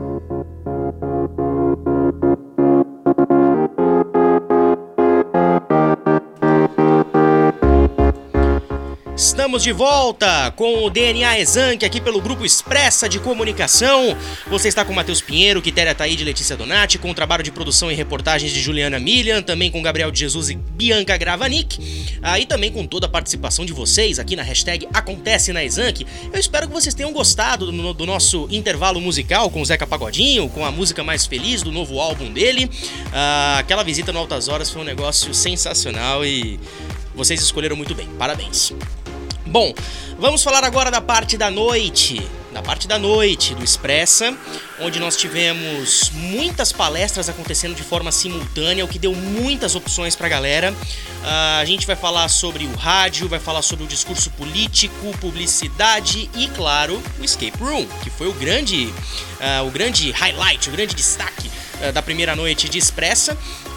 Estamos de volta com o DNA Exanc aqui pelo Grupo Expressa de Comunicação. Você está com Matheus Pinheiro, Quitéria Taíde e Letícia Donati, com o trabalho de produção e reportagens de Juliana Milian, também com Gabriel de Jesus e Bianca Gravanic, e também com toda a participação de vocês aqui na hashtag Acontece na Exanc. Eu espero que vocês tenham gostado do nosso intervalo musical com o Zeca Pagodinho, com a música mais feliz do novo álbum dele. Aquela visita no Altas Horas foi um negócio sensacional e vocês escolheram muito bem. Parabéns. Bom, vamos falar agora da parte da noite. Da parte da noite do Expressa, onde nós tivemos muitas palestras acontecendo de forma simultânea, o que deu muitas opções pra galera. A gente vai falar sobre o rádio, vai falar sobre o discurso político, publicidade e, claro, o Escape Room, que foi o grande highlight, o grande destaque da primeira noite de Expressa.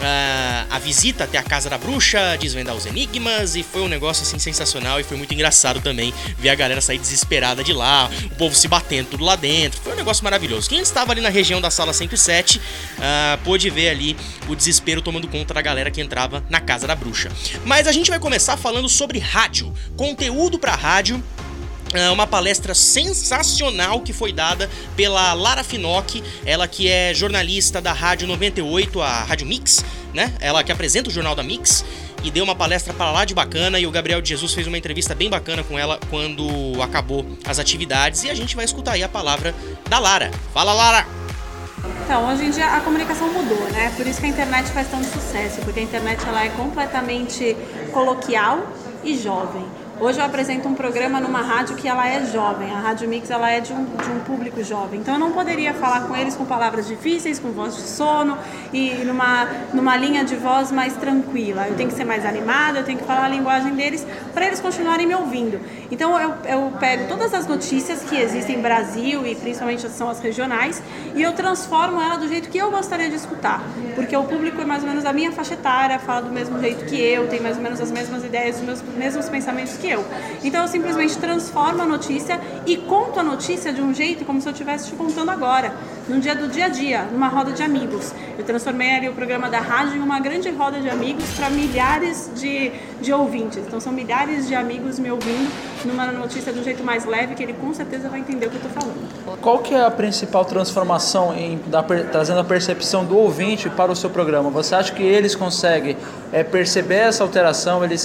A visita até a Casa da Bruxa, desvendar os enigmas, e foi um negócio assim sensacional, e foi muito engraçado também ver a galera sair desesperada de lá, o povo se batendo tudo lá dentro. Foi um negócio maravilhoso. Quem estava ali na região da sala 107 pôde ver ali o desespero tomando conta da galera que entrava na Casa da Bruxa. Mas a gente vai começar falando sobre rádio, conteúdo para rádio. Uma palestra sensacional que foi dada pela Lara Finocchi, ela que é jornalista da Rádio 98, a Rádio Mix, né? Ela que apresenta o Jornal da Mix, e deu uma palestra para lá de bacana, e o Gabriel de Jesus fez uma entrevista bem bacana com ela quando acabou as atividades, e a gente vai escutar aí a palavra da Lara. Fala, Lara! Então, hoje em dia a comunicação mudou, né? Por isso que a internet faz tanto sucesso, porque a internet ela é completamente coloquial e jovem. Hoje eu apresento um programa numa rádio que ela é jovem, a Rádio Mix ela é de um público jovem, então eu não poderia falar com eles com palavras difíceis, com voz de sono e numa linha de voz mais tranquila. Eu tenho que ser mais animada, eu tenho que falar a linguagem deles para eles continuarem me ouvindo. Então eu pego todas as notícias que existem no Brasil, e principalmente são as regionais, e eu transformo ela do jeito que eu gostaria de escutar, porque o público é mais ou menos da minha faixa etária, fala do mesmo jeito que eu, tem mais ou menos as mesmas ideias, os mesmos pensamentos que eu. Então eu simplesmente transformo a notícia e conto a notícia de um jeito como se eu estivesse te contando agora, num dia do dia a dia, numa roda de amigos. Eu transformei ali o programa da rádio em uma grande roda de amigos para milhares de ouvintes. Então são milhares de amigos me ouvindo numa notícia de um jeito mais leve, que ele com certeza vai entender o que eu estou falando. Qual que é a principal transformação trazendo a percepção do ouvinte para o seu programa? Você acha que eles conseguem perceber essa alteração, eles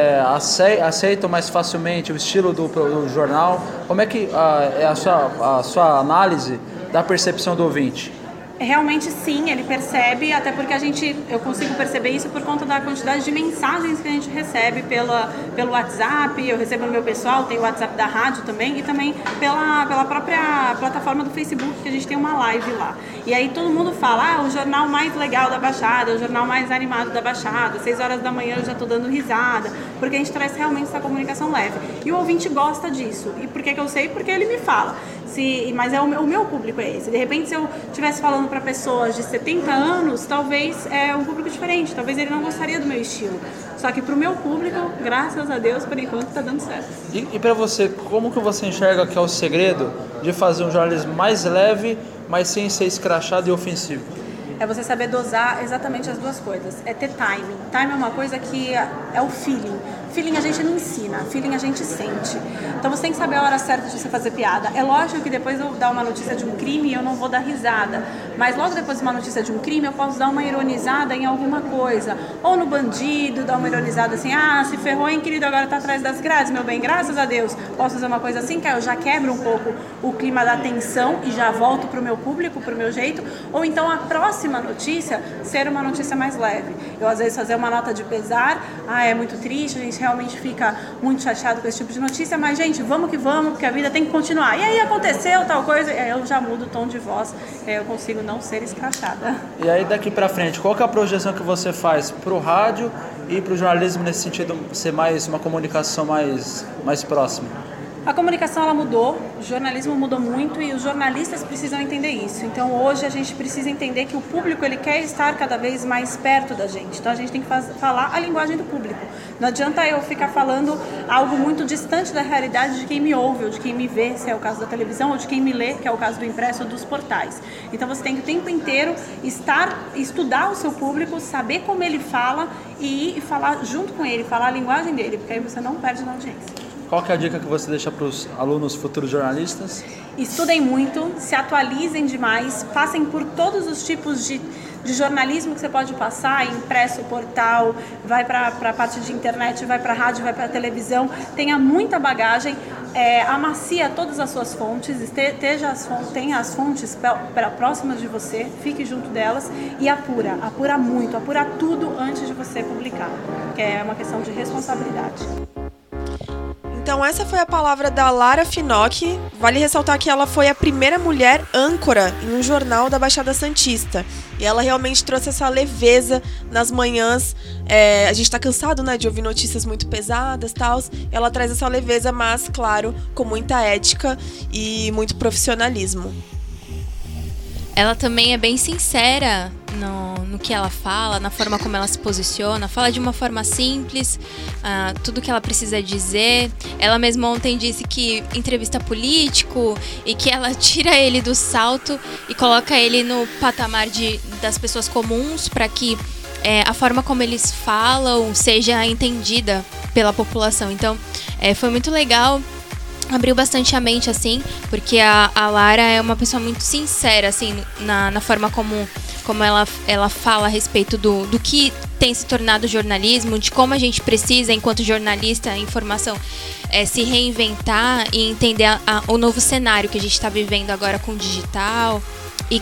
aceitam mais facilmente o estilo do jornal? Como é que é a sua análise da percepção do ouvinte? Realmente sim, ele percebe, até porque eu consigo perceber isso por conta da quantidade de mensagens que a gente recebe pelo WhatsApp. Eu recebo no meu pessoal, tem o WhatsApp da rádio também, e também pela própria plataforma do Facebook, que a gente tem uma live lá. E aí todo mundo fala, o jornal mais legal da Baixada, o jornal mais animado da Baixada, 6 horas da manhã eu já tô dando risada, porque a gente traz realmente essa comunicação leve. E o ouvinte gosta disso. E por que eu sei? Porque ele me fala. Mas o meu público é esse. De repente, se eu estivesse falando para pessoas de 70 anos, talvez é um público diferente, talvez ele não gostaria do meu estilo. Só que para o meu público, graças a Deus, por enquanto está dando certo. E para você, como que você enxerga que é o segredo de fazer um jornalismo mais leve, mas sem ser escrachado e ofensivo? É você saber dosar exatamente as duas coisas. É ter timing. Timing é uma coisa que é o feeling. Feeling a gente não ensina, feeling a gente sente. Então você tem que saber a hora certa de você fazer piada. É lógico que depois eu dar uma notícia de um crime eu não vou dar risada, mas logo depois de uma notícia de um crime eu posso dar uma ironizada em alguma coisa. Ou no bandido, dar uma ironizada assim, se ferrou, hein, querido, agora tá atrás das grades, meu bem, graças a Deus. Posso fazer uma coisa assim, que eu já quebro um pouco o clima da tensão e já volto pro meu público, pro meu jeito. Ou então a próxima notícia ser uma notícia mais leve. Eu às vezes fazer uma nota de pesar, é muito triste, a gente realmente fica muito chateado com esse tipo de notícia, mas gente, vamos que vamos, porque a vida tem que continuar. E aí aconteceu tal coisa, e aí eu já mudo o tom de voz, e aí eu consigo não ser escrachada. E aí daqui pra frente, qual que é a projeção que você faz pro rádio e pro jornalismo nesse sentido, ser mais uma comunicação mais próxima? A comunicação ela mudou, o jornalismo mudou muito e os jornalistas precisam entender isso. Então hoje a gente precisa entender que o público ele quer estar cada vez mais perto da gente. Então a gente tem que falar a linguagem do público. Não adianta eu ficar falando algo muito distante da realidade de quem me ouve ou de quem me vê, se é o caso da televisão, ou de quem me lê, que é o caso do impresso ou dos portais. Então você tem que o tempo inteiro estudar o seu público, saber como ele fala e falar junto com ele, falar a linguagem dele, porque aí você não perde na audiência. Qual que é a dica que você deixa para os alunos futuros jornalistas? Estudem muito, se atualizem demais, passem por todos os tipos de jornalismo que você pode passar, impresso, portal, vai para a parte de internet, vai para a rádio, vai para a televisão, tenha muita bagagem, amacia todas as suas fontes, tenha as fontes próximas de você, fique junto delas e apura muito, apura tudo antes de você publicar, que é uma questão de responsabilidade. Então essa foi a palavra da Lara Finocchi. Vale ressaltar que ela foi a primeira mulher âncora em um jornal da Baixada Santista. E ela realmente trouxe essa leveza nas manhãs. A gente tá cansado, né, de ouvir notícias muito pesadas e tal. Ela traz essa leveza, mas, claro, com muita ética e muito profissionalismo. Ela também é bem sincera no que ela fala, na forma como ela se posiciona. Fala de uma forma simples, tudo que ela precisa dizer. Ela mesma ontem disse que entrevista político e que ela tira ele do salto e coloca ele no patamar das pessoas comuns para que a forma como eles falam seja entendida pela população. Então, foi muito legal. Abriu bastante a mente, assim, porque a Lara é uma pessoa muito sincera, assim, na forma como ela fala a respeito do que tem se tornado jornalismo, de como a gente precisa, enquanto jornalista, informação, se reinventar e entender o novo cenário que a gente está vivendo agora com o digital e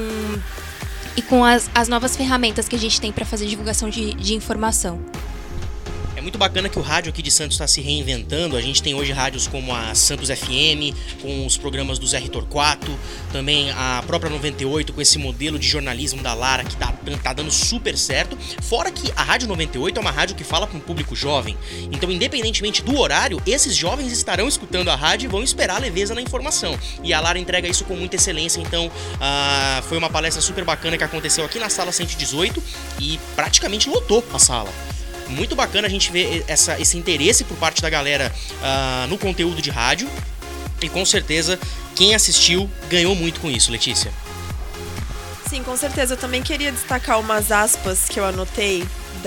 com as novas ferramentas que a gente tem para fazer divulgação de informação. É muito bacana que o rádio aqui de Santos está se reinventando. A gente tem hoje rádios como a Santos FM, com os programas do Zé Torquato, também a própria 98 com esse modelo de jornalismo da Lara que tá dando super certo. Fora que a Rádio 98 é uma rádio que fala com um público jovem. Então, independentemente do horário, esses jovens estarão escutando a rádio e vão esperar a leveza na informação. E a Lara entrega isso com muita excelência. Então, foi uma palestra super bacana que aconteceu aqui na sala 118 e praticamente lotou a sala. Muito bacana a gente ver esse interesse por parte da galera no conteúdo de rádio. E com certeza quem assistiu ganhou muito com isso, Letícia. Sim, com certeza. Eu também queria destacar umas aspas que eu anotei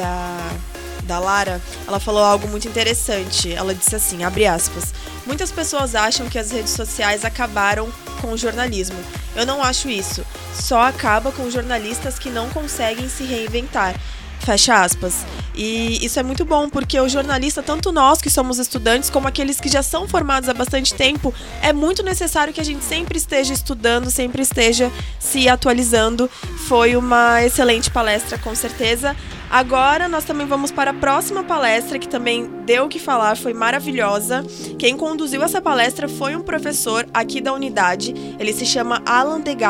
da Lara. Ela falou algo muito interessante. Ela disse assim, abre aspas: muitas pessoas acham que as redes sociais acabaram com o jornalismo. Eu não acho isso. Só acaba com jornalistas que não conseguem se reinventar. Fecha aspas. E isso é muito bom, porque o jornalista, tanto nós que somos estudantes, como aqueles que já são formados há bastante tempo, é muito necessário que a gente sempre esteja estudando, sempre esteja se atualizando. Foi uma excelente palestra, com certeza. Agora nós também vamos para a próxima palestra, que também deu o que falar, foi maravilhosa. Quem conduziu essa palestra foi um professor aqui da unidade. Ele se chama Alan de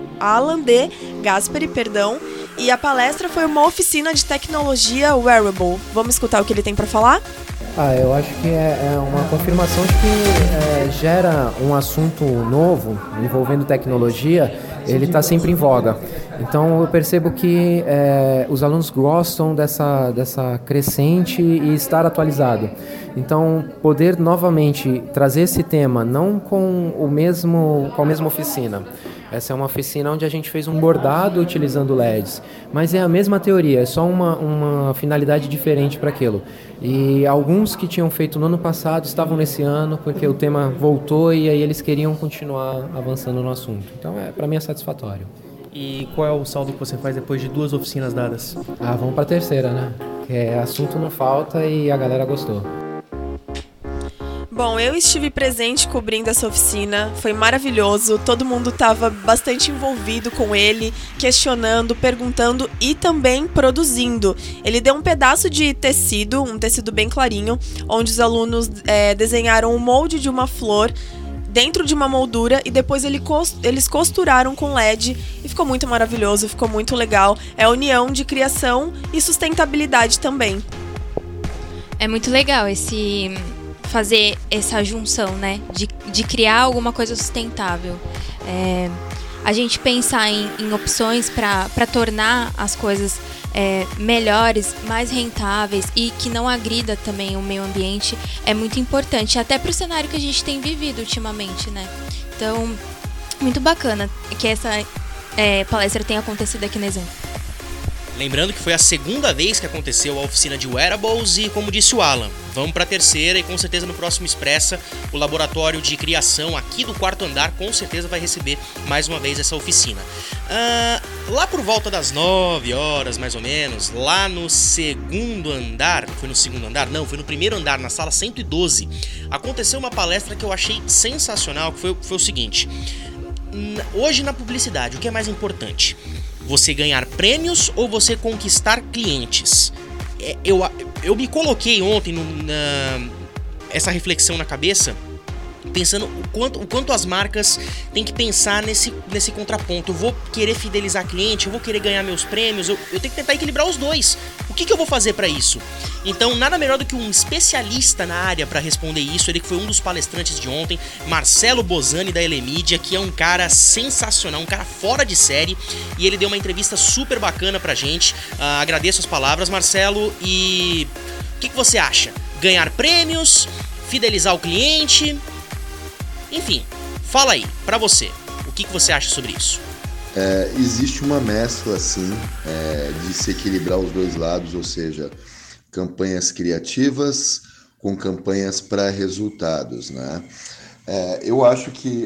Gasperi, e a palestra foi uma oficina de tecnologia wearable. Vamos escutar o que ele tem para falar? Eu acho que é uma confirmação de que gera um assunto novo envolvendo tecnologia, ele está sempre em voga. Então eu percebo que os alunos gostam dessa crescente e estar atualizado. Então poder novamente trazer esse tema, não com a mesma oficina. Essa é uma oficina onde a gente fez um bordado utilizando LEDs, mas é a mesma teoria, é só uma finalidade diferente para aquilo. E alguns que tinham feito no ano passado estavam nesse ano, porque o tema voltou e aí eles queriam continuar avançando no assunto. Então, para mim é satisfatório. E qual é o saldo que você faz depois de 2 oficinas dadas? Vamos para a terceira, né? Que assunto não falta e a galera gostou. Bom, eu estive presente cobrindo essa oficina, foi maravilhoso, todo mundo estava bastante envolvido com ele, questionando, perguntando e também produzindo. Ele deu um pedaço de tecido, um tecido bem clarinho, onde os alunos desenharam o molde de uma flor dentro de uma moldura e depois eles costuraram com LED e ficou muito maravilhoso, ficou muito legal. É a união de criação e sustentabilidade também. É muito legal fazer essa junção, né, de criar alguma coisa sustentável. A gente pensar em opções para tornar as coisas melhores, mais rentáveis e que não agrida também o meio ambiente é muito importante, até para o cenário que a gente tem vivido ultimamente, né? Então, muito bacana que essa palestra tenha acontecido aqui na Exam. Lembrando que foi a segunda vez que aconteceu a oficina de wearables e, como disse o Alan, vamos para a terceira e com certeza no próximo Expressa o laboratório de criação aqui do 4º andar com certeza vai receber mais uma vez essa oficina. Lá por volta das 9 horas mais ou menos, lá no segundo andar, foi no segundo andar? Não, foi no primeiro andar, na sala 112, aconteceu uma palestra que eu achei sensacional, que foi o seguinte: hoje na publicidade, o que é mais importante? Você ganhar prêmios ou você conquistar clientes? Eu me coloquei ontem essa reflexão na cabeça, pensando o quanto as marcas têm que pensar nesse contraponto. Eu vou querer fidelizar cliente, eu vou querer ganhar meus prêmios, eu tenho que tentar equilibrar os dois. O que eu vou fazer para isso? Então, nada melhor do que um especialista na área para responder isso. Ele que foi um dos palestrantes de ontem, Marcelo Bozani, da Elemidia, que é um cara sensacional, um cara fora de série, e ele deu uma entrevista super bacana pra gente. Agradeço as palavras, Marcelo, e o que você acha? Ganhar prêmios? Fidelizar o cliente? Enfim, fala aí, pra você, o que você acha sobre isso? Existe uma mescla, assim, de se equilibrar os dois lados, ou seja, campanhas criativas com campanhas para resultados, né? Eu acho que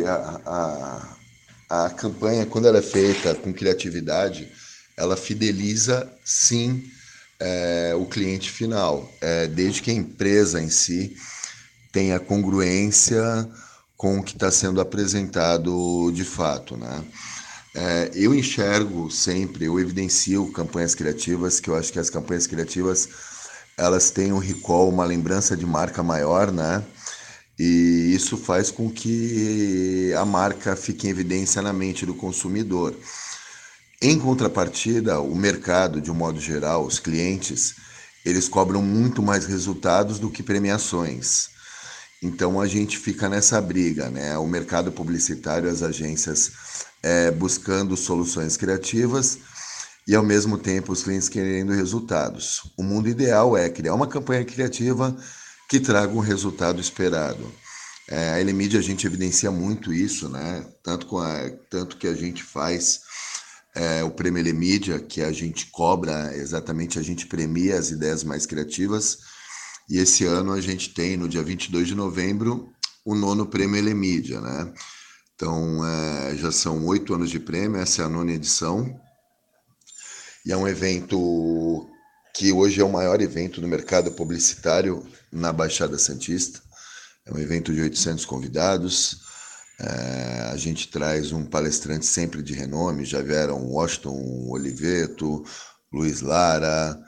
a campanha, quando ela é feita com criatividade, ela fideliza, sim, o cliente final, desde que a empresa em si tenha congruência com o que está sendo apresentado de fato, né? Eu enxergo sempre, eu evidencio campanhas criativas, que eu acho que as campanhas criativas, elas têm um recall, uma lembrança de marca maior, né? E isso faz com que a marca fique em evidência na mente do consumidor. Em contrapartida, o mercado, de um modo geral, os clientes, eles cobram muito mais resultados do que premiações. Então a gente fica nessa briga, né? O mercado publicitário, as agências buscando soluções criativas e ao mesmo tempo os clientes querendo resultados. O mundo ideal é criar uma campanha criativa que traga um resultado esperado. A Elemidia, a gente evidencia muito isso, né? Tanto que a gente faz o Prêmio Elemidia, que a gente cobra exatamente, a gente premia as ideias mais criativas. E esse ano a gente tem, no dia 22 de novembro, o 9º Prêmio Elemidia, né? Então, já são 8 anos de prêmio, essa é a 9ª edição. E é um evento que hoje é o maior evento do mercado publicitário na Baixada Santista. É um evento de 800 convidados. A gente traz um palestrante sempre de renome, já vieram Washington Oliveto, Luiz Lara,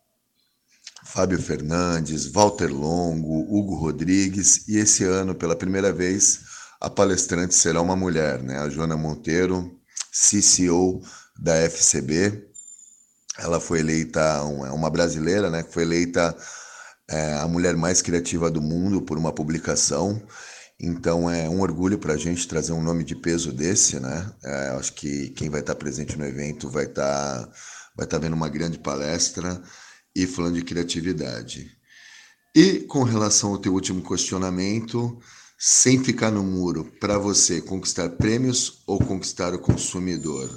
Fábio Fernandes, Walter Longo, Hugo Rodrigues, e esse ano, pela primeira vez, a palestrante será uma mulher, né? A Joana Monteiro, CCO da FCB. Ela foi eleita, uma brasileira, né? Que foi eleita a mulher mais criativa do mundo por uma publicação. Então é um orgulho para a gente trazer um nome de peso desse, né? Acho que quem vai estar presente no evento vai estar vendo uma grande palestra e falando de criatividade. E com relação ao teu último questionamento, sem ficar no muro, para você conquistar prêmios ou conquistar o consumidor?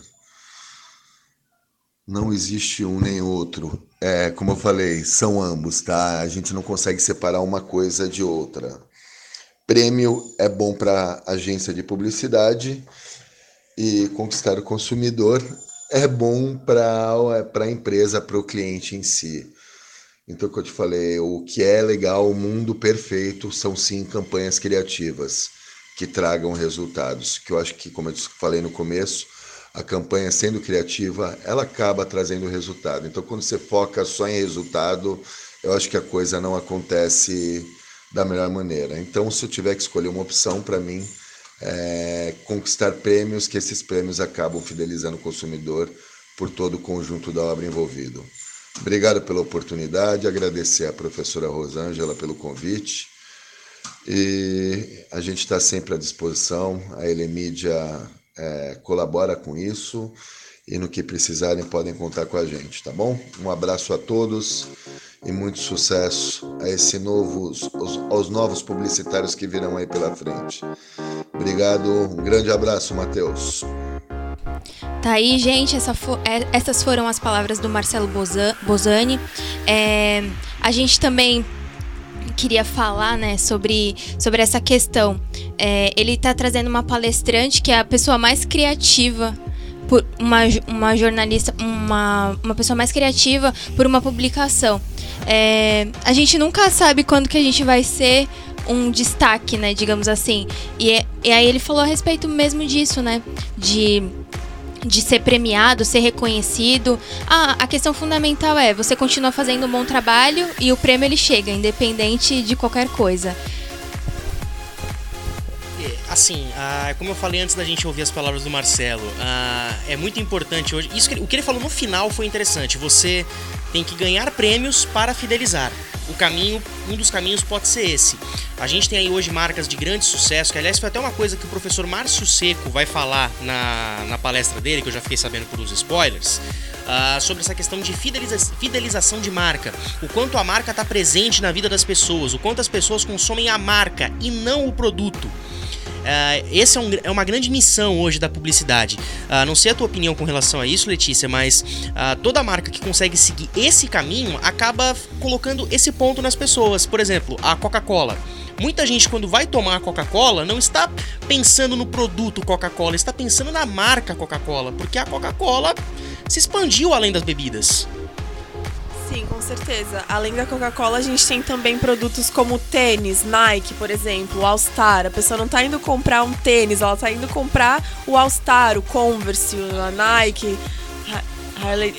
Não existe um nem outro. Como eu falei, são ambos, tá? A gente não consegue separar uma coisa de outra. Prêmio é bom para agência de publicidade e conquistar o consumidor é bom para a empresa, para o cliente em si. Então, o que eu te falei, o que é legal, o mundo perfeito, são sim campanhas criativas que tragam resultados. Que eu acho que, como eu falei no começo, a campanha sendo criativa, ela acaba trazendo resultado. Então, quando você foca só em resultado, eu acho que a coisa não acontece da melhor maneira. Então, se eu tiver que escolher uma opção, para mim, conquistar prêmios, que esses prêmios acabam fidelizando o consumidor por todo o conjunto da obra envolvido. Obrigado pela oportunidade, agradecer à professora Rosângela pelo convite e a gente está sempre à disposição, a Elemidia colabora com isso e no que precisarem podem contar com a gente, tá bom? Um abraço a todos e muito sucesso aos novos publicitários que virão aí pela frente. Obrigado, um grande abraço, Matheus. Tá aí, gente, essas foram as palavras do Marcelo Bozani. A gente também queria falar, né, sobre essa questão. Ele está trazendo uma palestrante que é a pessoa mais criativa, por uma jornalista, uma pessoa mais criativa por uma publicação. A gente nunca sabe quando que a gente vai ser um destaque, né, digamos assim. E aí ele falou a respeito mesmo disso, né, de de ser premiado, ser reconhecido. A questão fundamental é você continua fazendo um bom trabalho e o prêmio ele chega, independente de qualquer coisa. Assim, como eu falei antes da gente ouvir as palavras do Marcelo, é muito importante hoje. O que ele falou no final foi interessante. Você tem que ganhar prêmios para fidelizar. Um dos caminhos pode ser esse. A gente tem aí hoje marcas de grande sucesso, que aliás foi até uma coisa que o professor Márcio Seco vai falar na palestra dele, que eu já fiquei sabendo por uns spoilers, sobre essa questão de fidelização de marca. O quanto a marca está presente na vida das pessoas, o quanto as pessoas consomem a marca e não o produto. Essa é uma grande missão hoje da publicidade. Não sei a tua opinião com relação a isso, Letícia, mas toda marca que consegue seguir esse caminho acaba colocando esse ponto nas pessoas. Por exemplo, a Coca-Cola. Muita gente, quando vai tomar a Coca-Cola, não está pensando no produto Coca-Cola, está pensando na marca Coca-Cola, porque a Coca-Cola se expandiu além das bebidas. Sim, com certeza. Além da Coca-Cola, a gente tem também produtos como tênis, Nike, por exemplo, o All-Star. A pessoa não tá indo comprar um tênis, ela tá indo comprar o All-Star, o Converse, a Nike, Harley,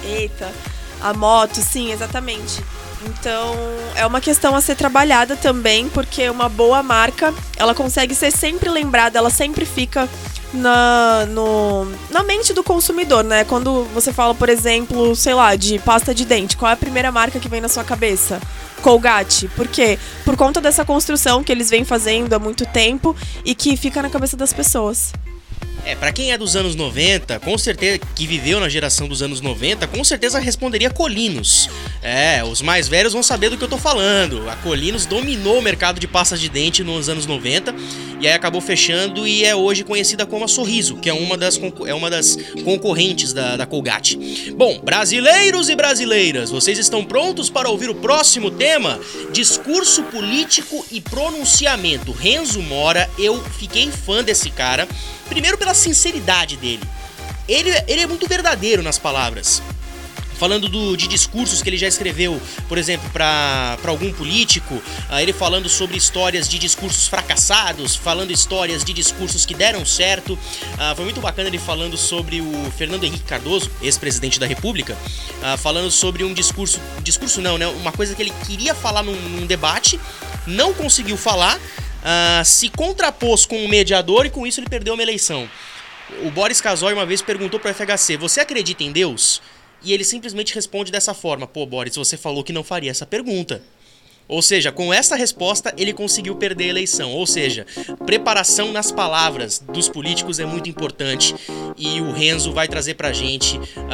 a moto, sim, exatamente. Então, é uma questão a ser trabalhada também, porque uma boa marca, ela consegue ser sempre lembrada, ela sempre fica na mente do consumidor, né? Quando você fala, por exemplo, sei lá, de pasta de dente, qual é a primeira marca que vem na sua cabeça? Colgate. Por quê? Por conta dessa construção que eles vêm fazendo há muito tempo e que fica na cabeça das pessoas. Pra quem é dos anos 90, com certeza, que viveu na geração dos anos 90, com certeza responderia Colinos. Os mais velhos vão saber do que eu tô falando. A Colinos dominou o mercado de pastas de dente nos anos 90 e aí acabou fechando e é hoje conhecida como a Sorriso, que é uma das concorrentes da Colgate. Bom, brasileiros e brasileiras, vocês estão prontos para ouvir o próximo tema? Discurso político e pronunciamento. Renzo Mora, eu fiquei fã desse cara. Primeiro pela sinceridade dele. Ele é muito verdadeiro nas palavras. Falando de discursos que ele já escreveu, por exemplo, para algum político, ele falando sobre histórias de discursos fracassados, falando histórias de discursos que deram certo. Foi muito bacana ele falando sobre o Fernando Henrique Cardoso, ex-presidente da República, falando sobre um discurso não, né? Uma coisa que ele queria falar num debate, não conseguiu falar, se contrapôs com um mediador e com isso ele perdeu uma eleição. O Boris Casoy uma vez perguntou para o FHC, você acredita em Deus? E ele simplesmente responde dessa forma, pô Boris, você falou que não faria essa pergunta. Ou seja, com essa resposta ele conseguiu perder a eleição. Ou seja, preparação nas palavras dos políticos é muito importante. E o Renzo vai trazer pra gente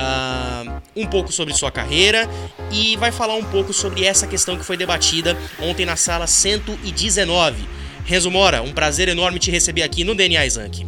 um pouco sobre sua carreira e vai falar um pouco sobre essa questão que foi debatida ontem na sala 119. Renzo Mora, um prazer enorme te receber aqui no DNA Exanc.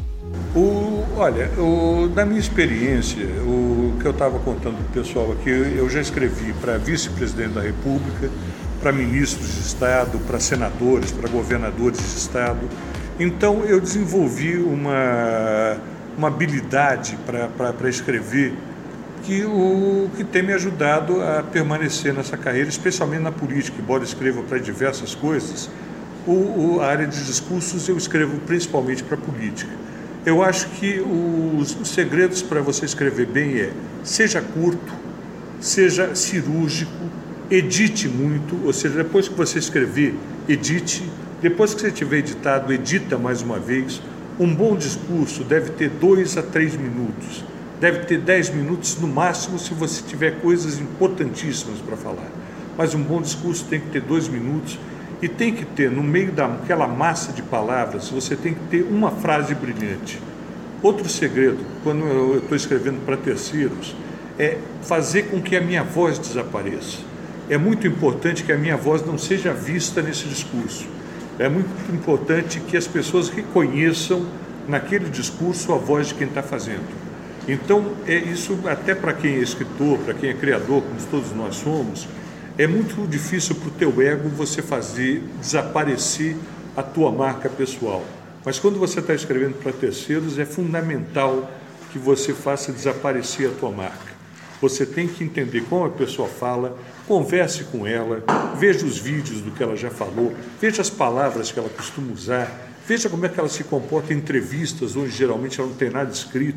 Na minha experiência, o que eu estava contando para o pessoal aqui, eu já escrevi para vice-presidente da República, para ministros de Estado, para senadores, para governadores de Estado. Então, eu desenvolvi uma habilidade para escrever que tem me ajudado a permanecer nessa carreira, especialmente na política, embora escreva para diversas coisas. A área de discursos eu escrevo principalmente para política. Eu acho que os segredos para você escrever bem seja curto, seja cirúrgico, edite muito, ou seja, depois que você escrever, edite, depois que você tiver editado, edita mais uma vez. Um bom discurso deve ter 2 a 3 minutos, deve ter 10 minutos no máximo se você tiver coisas importantíssimas para falar. Mas um bom discurso tem que ter 2 minutos e tem que ter, no meio daquela massa de palavras, você tem que ter uma frase brilhante. Outro segredo, quando eu estou escrevendo para terceiros, é fazer com que a minha voz desapareça. É muito importante que a minha voz não seja vista nesse discurso. É muito importante que as pessoas reconheçam naquele discurso a voz de quem está fazendo. Então, isso até para quem é escritor, para quem é criador, como todos nós somos, é muito difícil para o teu ego você fazer desaparecer a tua marca pessoal. Mas quando você está escrevendo para terceiros, é fundamental que você faça desaparecer a tua marca. Você tem que entender como a pessoa fala, converse com ela, veja os vídeos do que ela já falou, veja as palavras que ela costuma usar, veja como é que ela se comporta em entrevistas, onde geralmente ela não tem nada escrito.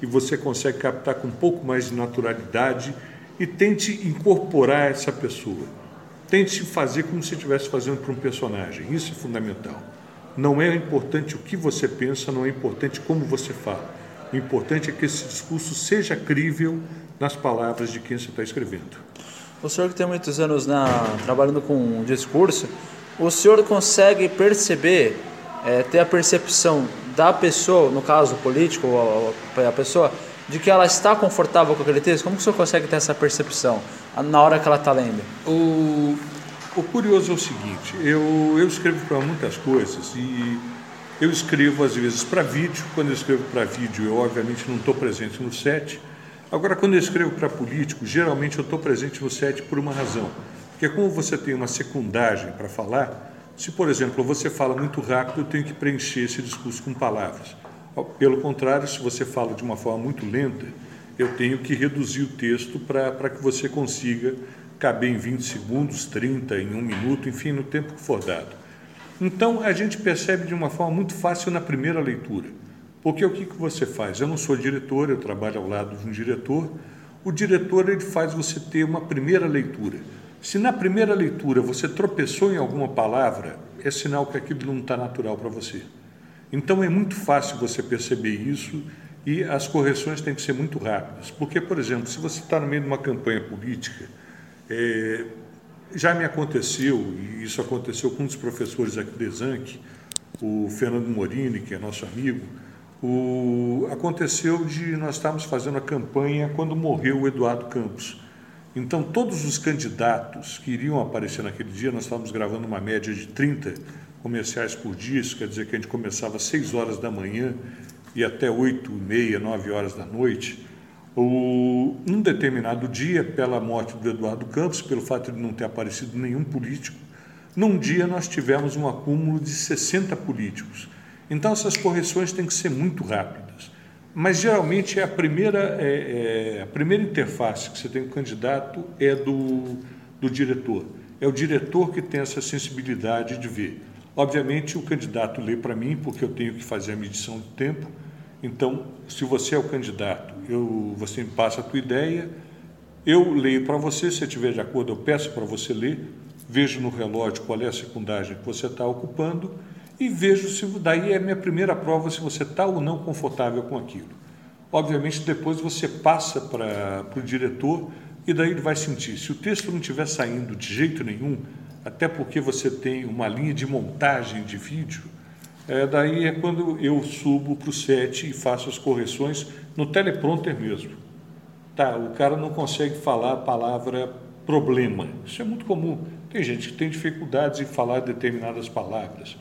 e você consegue captar com um pouco mais de naturalidade e tente incorporar essa pessoa. Tente fazer como se estivesse fazendo para um personagem. Isso é fundamental. Não é importante o que você pensa, não é importante como você fala. O importante é que esse discurso seja crível nas palavras de quem você está escrevendo. O senhor que tem muitos anos trabalhando com discurso, o senhor consegue perceber, ter a percepção da pessoa, no caso político, a pessoa, de que ela está confortável com aquele texto? Como que o senhor consegue ter essa percepção na hora que ela está lendo? O curioso é o seguinte, eu escrevo para muitas coisas e eu escrevo às vezes para vídeo. Quando eu escrevo para vídeo, eu obviamente não estou presente no set. Agora, quando eu escrevo para político, geralmente eu estou presente no set por uma razão. Porque como você tem uma secundagem para falar, se, por exemplo, você fala muito rápido, eu tenho que preencher esse discurso com palavras. Pelo contrário, se você fala de uma forma muito lenta, eu tenho que reduzir o texto para que você consiga caber em 20 segundos, 30, em 1 minuto, enfim, no tempo que for dado. Então, a gente percebe de uma forma muito fácil na primeira leitura. Porque o que você faz? Eu não sou diretor, eu trabalho ao lado de um diretor. O diretor, ele faz você ter uma primeira leitura. Se na primeira leitura você tropeçou em alguma palavra, é sinal que aquilo não está natural para você. Então, é muito fácil você perceber isso e as correções têm que ser muito rápidas. Porque, por exemplo, se você está no meio de uma campanha política, já me aconteceu, e isso aconteceu com um dos professores aqui do Exanc, o Fernando Morini, que é nosso amigo, aconteceu de nós estarmos fazendo a campanha quando morreu o Eduardo Campos. Então, todos os candidatos que iriam aparecer naquele dia, nós estávamos gravando uma média de 30 comerciais por dia, isso quer dizer que a gente começava às 6 horas da manhã e até 8h30, 9 horas da noite. Num determinado dia, pela morte do Eduardo Campos, pelo fato de não ter aparecido nenhum político, num dia nós tivemos um acúmulo de 60 políticos. Então, essas correções têm que ser muito rápidas. Mas, geralmente, a primeira interface que você tem com o candidato é do diretor. É o diretor que tem essa sensibilidade de ver. Obviamente, o candidato lê para mim, porque eu tenho que fazer a medição do tempo. Então, se você é o candidato, você me passa a tua ideia, eu leio para você, se estiver de acordo, eu peço para você ler, vejo no relógio qual é a secundagem que você está ocupando e vejo se daí é a minha primeira prova se você está ou não confortável com aquilo. Obviamente, depois você passa para o diretor e daí ele vai sentir. Se o texto não estiver saindo de jeito nenhum, até porque você tem uma linha de montagem de vídeo, daí é quando eu subo para o set e faço as correções no teleprompter mesmo. O cara não consegue falar a palavra problema. Isso é muito comum. Tem gente que tem dificuldades em falar determinadas palavras.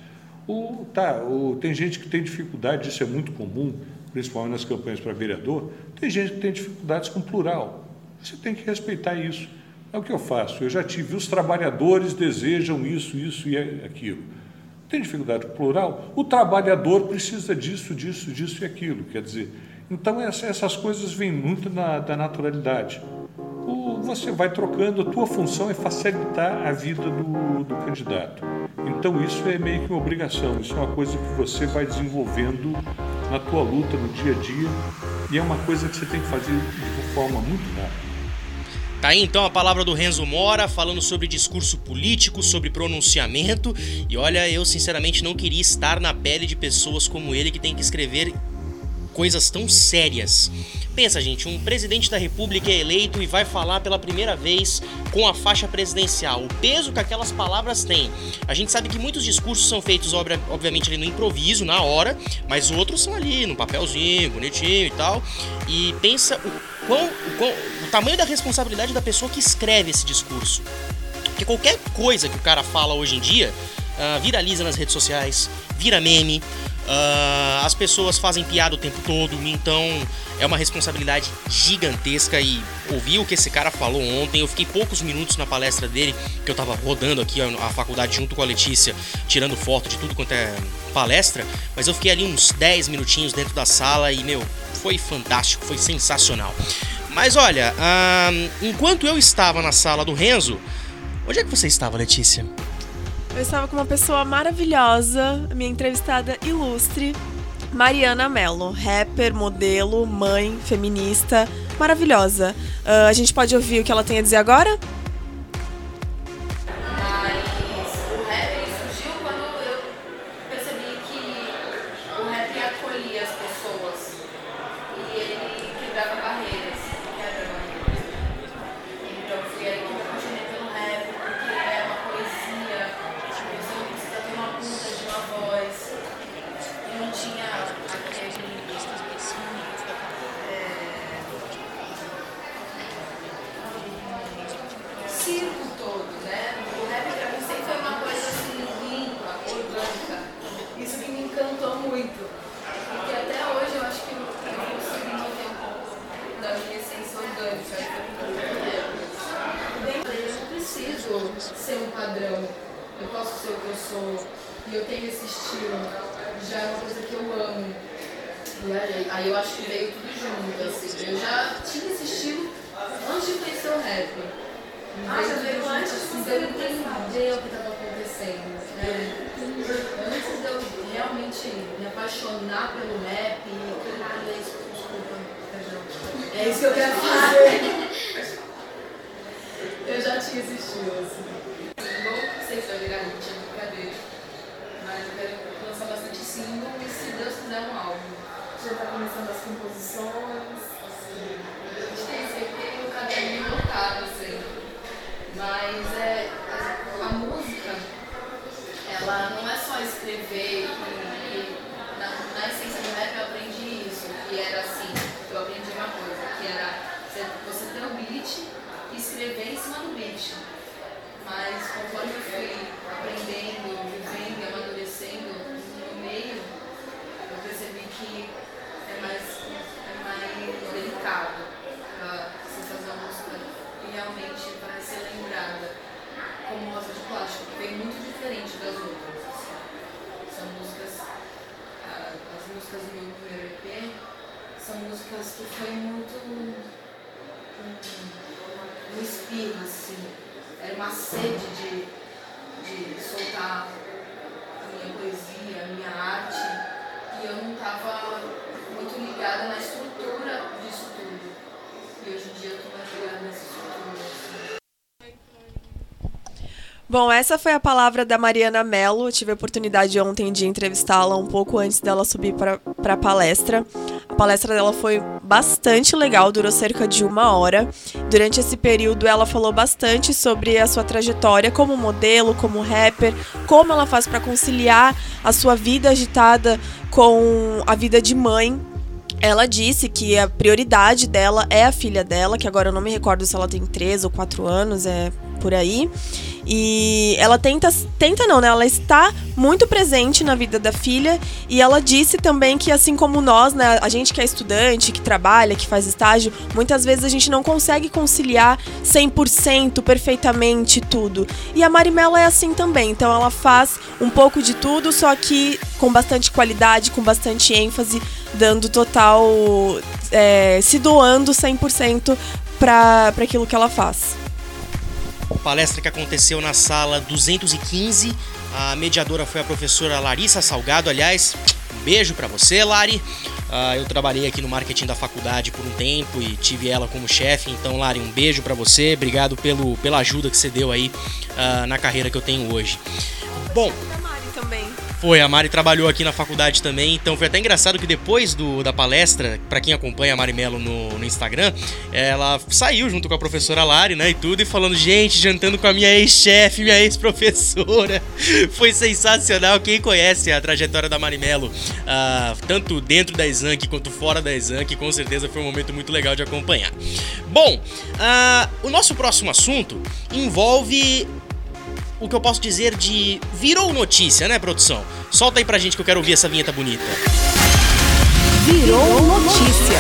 Tem gente que tem dificuldade, isso é muito comum, principalmente nas campanhas para vereador, tem gente que tem dificuldades com plural. Você tem que respeitar isso. É o que eu faço. Eu já tive, os trabalhadores desejam isso e aquilo. Tem dificuldade com plural? O trabalhador precisa disso e aquilo. Quer dizer, então essas coisas vêm muito da naturalidade. Você vai trocando, a tua função é facilitar a vida do candidato. Então isso é meio que uma obrigação, isso é uma coisa que você vai desenvolvendo na tua luta, no dia a dia, e é uma coisa que você tem que fazer de uma forma muito rápida. Tá aí então a palavra do Renzo Mora, falando sobre discurso político, sobre pronunciamento, e olha, eu sinceramente não queria estar na pele de pessoas como ele que tem que escrever coisas tão sérias. Pensa, gente, um presidente da República é eleito e vai falar pela primeira vez com a faixa presidencial. O peso que aquelas palavras têm. A gente sabe que muitos discursos são feitos, obviamente, ali no improviso, na hora, mas outros são ali, no papelzinho, bonitinho e tal. E pensa o tamanho da responsabilidade da pessoa que escreve esse discurso. Porque qualquer coisa que o cara fala hoje em dia viraliza nas redes sociais, vira meme. As pessoas fazem piada o tempo todo, então é uma responsabilidade gigantesca. E ouvir o que esse cara falou ontem, eu fiquei poucos minutos na palestra dele, que eu tava rodando aqui a faculdade junto com a Letícia, tirando foto de tudo quanto é palestra, mas eu fiquei ali uns 10 minutinhos dentro da sala e, foi fantástico, foi sensacional. Mas olha, enquanto eu estava na sala do Renzo, onde é que você estava, Letícia? Eu estava com uma pessoa maravilhosa, minha entrevistada ilustre, Mariana Mello, rapper, modelo, mãe, feminista, maravilhosa. A gente pode ouvir o que ela tem a dizer agora? Ser um padrão, eu posso ser o que eu sou e eu tenho esse estilo, já é uma coisa que eu amo. E aí eu acho que veio tudo junto, assim. Eu já tinha esse estilo antes de conhecer o rap. Já veio antes de eu entender o que estava acontecendo. Antes de eu realmente me apaixonar pelo rap, é isso que eu quero fazer. Eu já tinha esse estilo, assim. Não sei se vai virar hit, é brincadeira. Mas eu quero lançar bastante single e, se Deus quiser, um álbum. Já tá começando as composições? Assim, a gente tem sempre um caderninho lotado, assim. Mas a música, ela não é só escrever. Na essência do rap eu aprendi isso, que era assim. Eu aprendi uma coisa, que era você ter o beat e escrever em cima do beat. Mas conforme eu fui aprendendo, vivendo e amadurecendo no meio, eu percebi que é mais delicado para você fazer uma música e realmente para ser lembrada como Rosa de Plástico, que vem muito diferente das outras. São músicas, as músicas do meu primeiro EP são músicas que foi muito um espirro, assim. Era uma sede de soltar a minha poesia, a minha arte, e eu não estava muito ligada na estrutura disso tudo. E hoje em dia eu estou mais ligada nessa estrutura, assim. Bom, essa foi a palavra da Mariana Mello. Eu tive a oportunidade ontem de entrevistá-la um pouco antes dela subir para a palestra. A palestra dela foi bastante legal, durou cerca de 1 hora. Durante esse período ela falou bastante sobre a sua trajetória como modelo, como rapper, como ela faz para conciliar a sua vida agitada com a vida de mãe. Ela disse que a prioridade dela é a filha dela, que agora eu não me recordo se ela tem 3 ou 4 anos, é por aí. E ela ela está muito presente na vida da filha, e ela disse também que, assim como nós, né, a gente que é estudante, que trabalha, que faz estágio, muitas vezes a gente não consegue conciliar 100% perfeitamente tudo. E a Mari Mello é assim também, então ela faz um pouco de tudo, só que com bastante qualidade, com bastante ênfase, dando total, se doando 100% para aquilo que ela faz. Palestra que aconteceu na sala 215. A mediadora foi a professora Larissa Salgado. Aliás, um beijo pra você, Lari. Eu trabalhei aqui no marketing da faculdade por um tempo e tive ela como chefe. Então, Lari, um beijo pra você. Obrigado pela ajuda que você deu aí na carreira que eu tenho hoje. Bom, a Mari trabalhou aqui na faculdade também, então foi até engraçado que depois da palestra, pra quem acompanha a Mari Mello no Instagram, ela saiu junto com a professora Lari, né, e tudo, e falando, gente, jantando com a minha ex-chefe, minha ex-professora. Foi sensacional. Quem conhece a trajetória da Mari Mello, tanto dentro da Exanc quanto fora da Exanc, com certeza foi um momento muito legal de acompanhar. Bom, o nosso próximo assunto envolve o que eu posso dizer de virou notícia, né, produção? Solta aí pra gente que eu quero ouvir essa vinheta bonita. Virou notícia.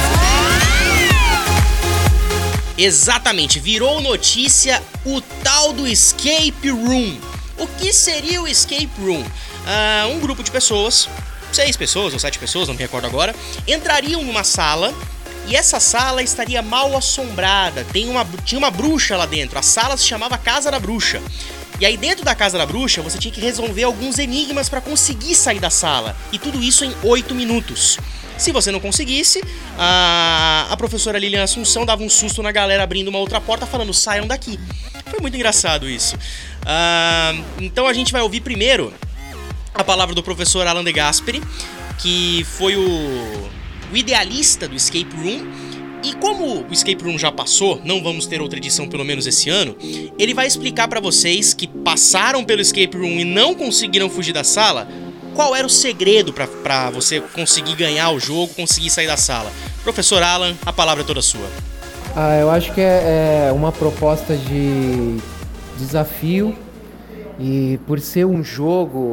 Exatamente, virou notícia o tal do escape room. O que seria o escape room? Um grupo de pessoas, 6 pessoas ou 7 pessoas, não me recordo agora, entrariam numa sala. E essa sala estaria mal assombrada, tinha uma bruxa lá dentro. A sala se chamava Casa da Bruxa. E aí dentro da casa da bruxa você tinha que resolver alguns enigmas para conseguir sair da sala. E tudo isso em 8 minutos. Se você não conseguisse, a professora Lilian Assunção dava um susto na galera abrindo uma outra porta falando, saiam daqui. Foi muito engraçado isso. Então a gente vai ouvir primeiro a palavra do professor Alan De Gasperi, que foi o idealista do Escape Room. E como o Escape Room já passou, não vamos ter outra edição pelo menos esse ano, ele vai explicar para vocês que passaram pelo Escape Room e não conseguiram fugir da sala, qual era o segredo para você conseguir ganhar o jogo, conseguir sair da sala. Professor Alan, a palavra é toda sua. Eu acho que é uma proposta de desafio, e por ser um jogo,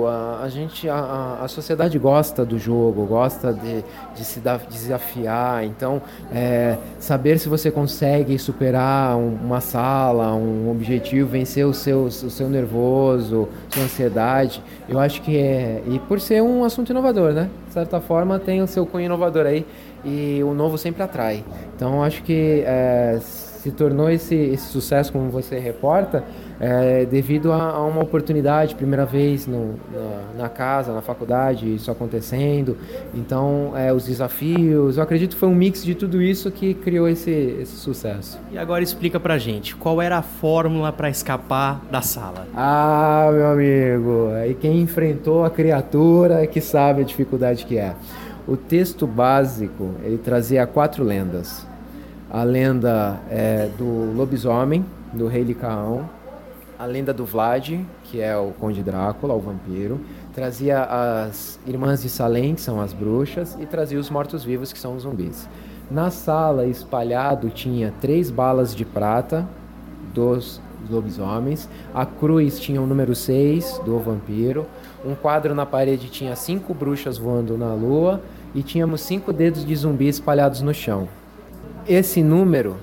a sociedade gosta do jogo, gosta de se desafiar. Então, saber se você consegue superar uma sala, um objetivo, vencer o seu nervoso, sua ansiedade, eu acho que e por ser um assunto inovador, né? De certa forma tem o seu cunho inovador aí, e o novo sempre atrai. Então, acho que se tornou esse sucesso, como você reporta, devido a uma oportunidade, primeira vez na casa, na faculdade, isso acontecendo. Então, os desafios, eu acredito que foi um mix de tudo isso que criou esse sucesso. E agora explica pra gente, qual era a fórmula para escapar da sala? Meu amigo, aí quem enfrentou a criatura é que sabe a dificuldade que é. O texto básico, ele trazia 4 lendas. A lenda do lobisomem, do rei Licaão, a lenda do Vlad, que é o Conde Drácula, o vampiro, trazia as irmãs de Salem, que são as bruxas, e trazia os mortos-vivos, que são os zumbis. Na sala, espalhado, tinha 3 balas de prata dos lobisomens, a cruz tinha o número 6 do vampiro, um quadro na parede tinha 5 bruxas voando na lua, e tínhamos 5 dedos de zumbi espalhados no chão. Esse número,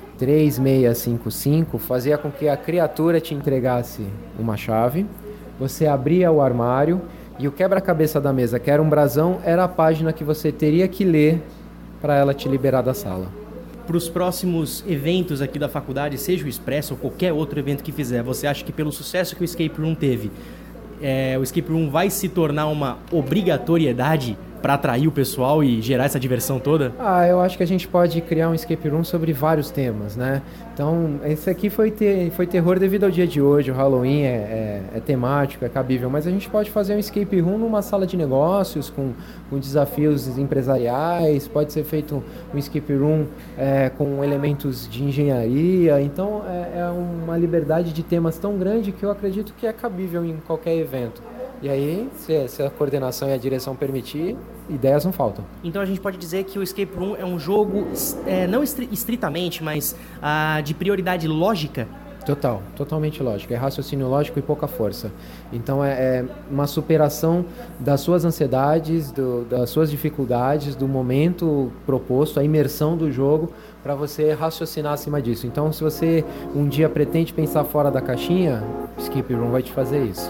3655, fazia com que a criatura te entregasse uma chave, você abria o armário e o quebra-cabeça da mesa, que era um brasão, era a página que você teria que ler para ela te liberar da sala. Para os próximos eventos aqui da faculdade, seja o Expresso ou qualquer outro evento que fizer, você acha que pelo sucesso que o Escape Room teve, o Escape Room vai se tornar uma obrigatoriedade para atrair o pessoal e gerar essa diversão toda? Eu acho que a gente pode criar um escape room sobre vários temas, né? Então, esse aqui foi terror devido ao dia de hoje, o Halloween é temático, é cabível, mas a gente pode fazer um escape room numa sala de negócios com desafios empresariais, pode ser feito um escape room com elementos de engenharia. Então, é uma liberdade de temas tão grande que eu acredito que é cabível em qualquer evento. E aí, se a coordenação e a direção permitir, ideias não faltam. Então a gente pode dizer que o Escape Room é um jogo, não estritamente, mas de prioridade lógica? Totalmente lógico. É raciocínio lógico e pouca força. Então é uma superação das suas ansiedades, das suas dificuldades, do momento proposto, a imersão do jogo, para você raciocinar acima disso. Então, se você um dia pretende pensar fora da caixinha, o Escape Room vai te fazer isso.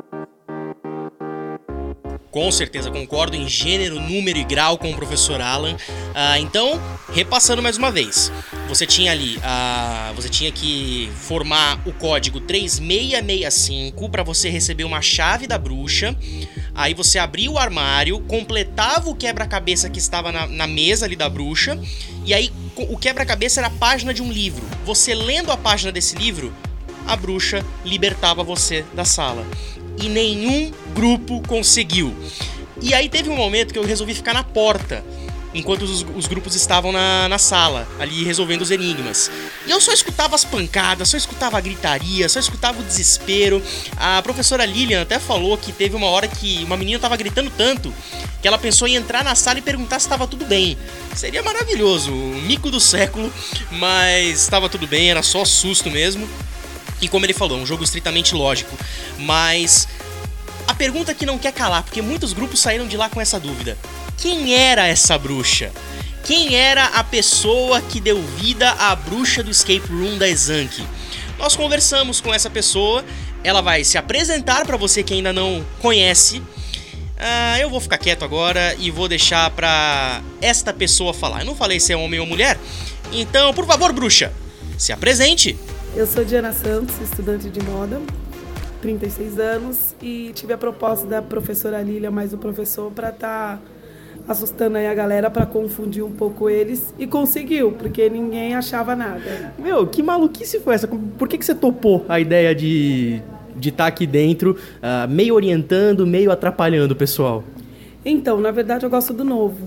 Com certeza, concordo em gênero, número e grau com o professor Alan. Então, repassando mais uma vez, você tinha ali, você tinha que formar o código 3665 para você receber uma chave da bruxa. Aí você abria o armário, completava o quebra-cabeça que estava na mesa ali da bruxa, e aí o quebra-cabeça era a página de um livro. Você lendo a página desse livro, a bruxa libertava você da sala. E nenhum grupo conseguiu. E aí teve um momento que eu resolvi ficar na porta, enquanto os grupos estavam na sala, ali resolvendo os enigmas. E eu só escutava as pancadas, só escutava a gritaria, só escutava o desespero. A professora Lilian até falou que teve uma hora que uma menina estava gritando tanto que ela pensou em entrar na sala e perguntar se estava tudo bem. Seria maravilhoso, o mico do século, mas estava tudo bem, era só susto mesmo. E como ele falou, é um jogo estritamente lógico. Mas a pergunta que não quer calar, porque muitos grupos saíram de lá com essa dúvida: quem era essa bruxa? Quem era a pessoa que deu vida à bruxa do Escape Room da Exanc? Nós conversamos com essa pessoa, ela vai se apresentar para você que ainda não conhece. Eu vou ficar quieto agora e vou deixar para esta pessoa falar. Eu não falei se é homem ou mulher, então, por favor, bruxa, se apresente. Eu sou Diana Santos, estudante de moda. 36 anos, e tive a proposta da professora Lília, mais o professor, para estar assustando aí a galera, para confundir um pouco eles, e conseguiu, porque ninguém achava nada. Meu, que maluquice foi essa? Por que você topou a ideia de estar aqui dentro, meio orientando, meio atrapalhando o pessoal? Então, na verdade, eu gosto do novo.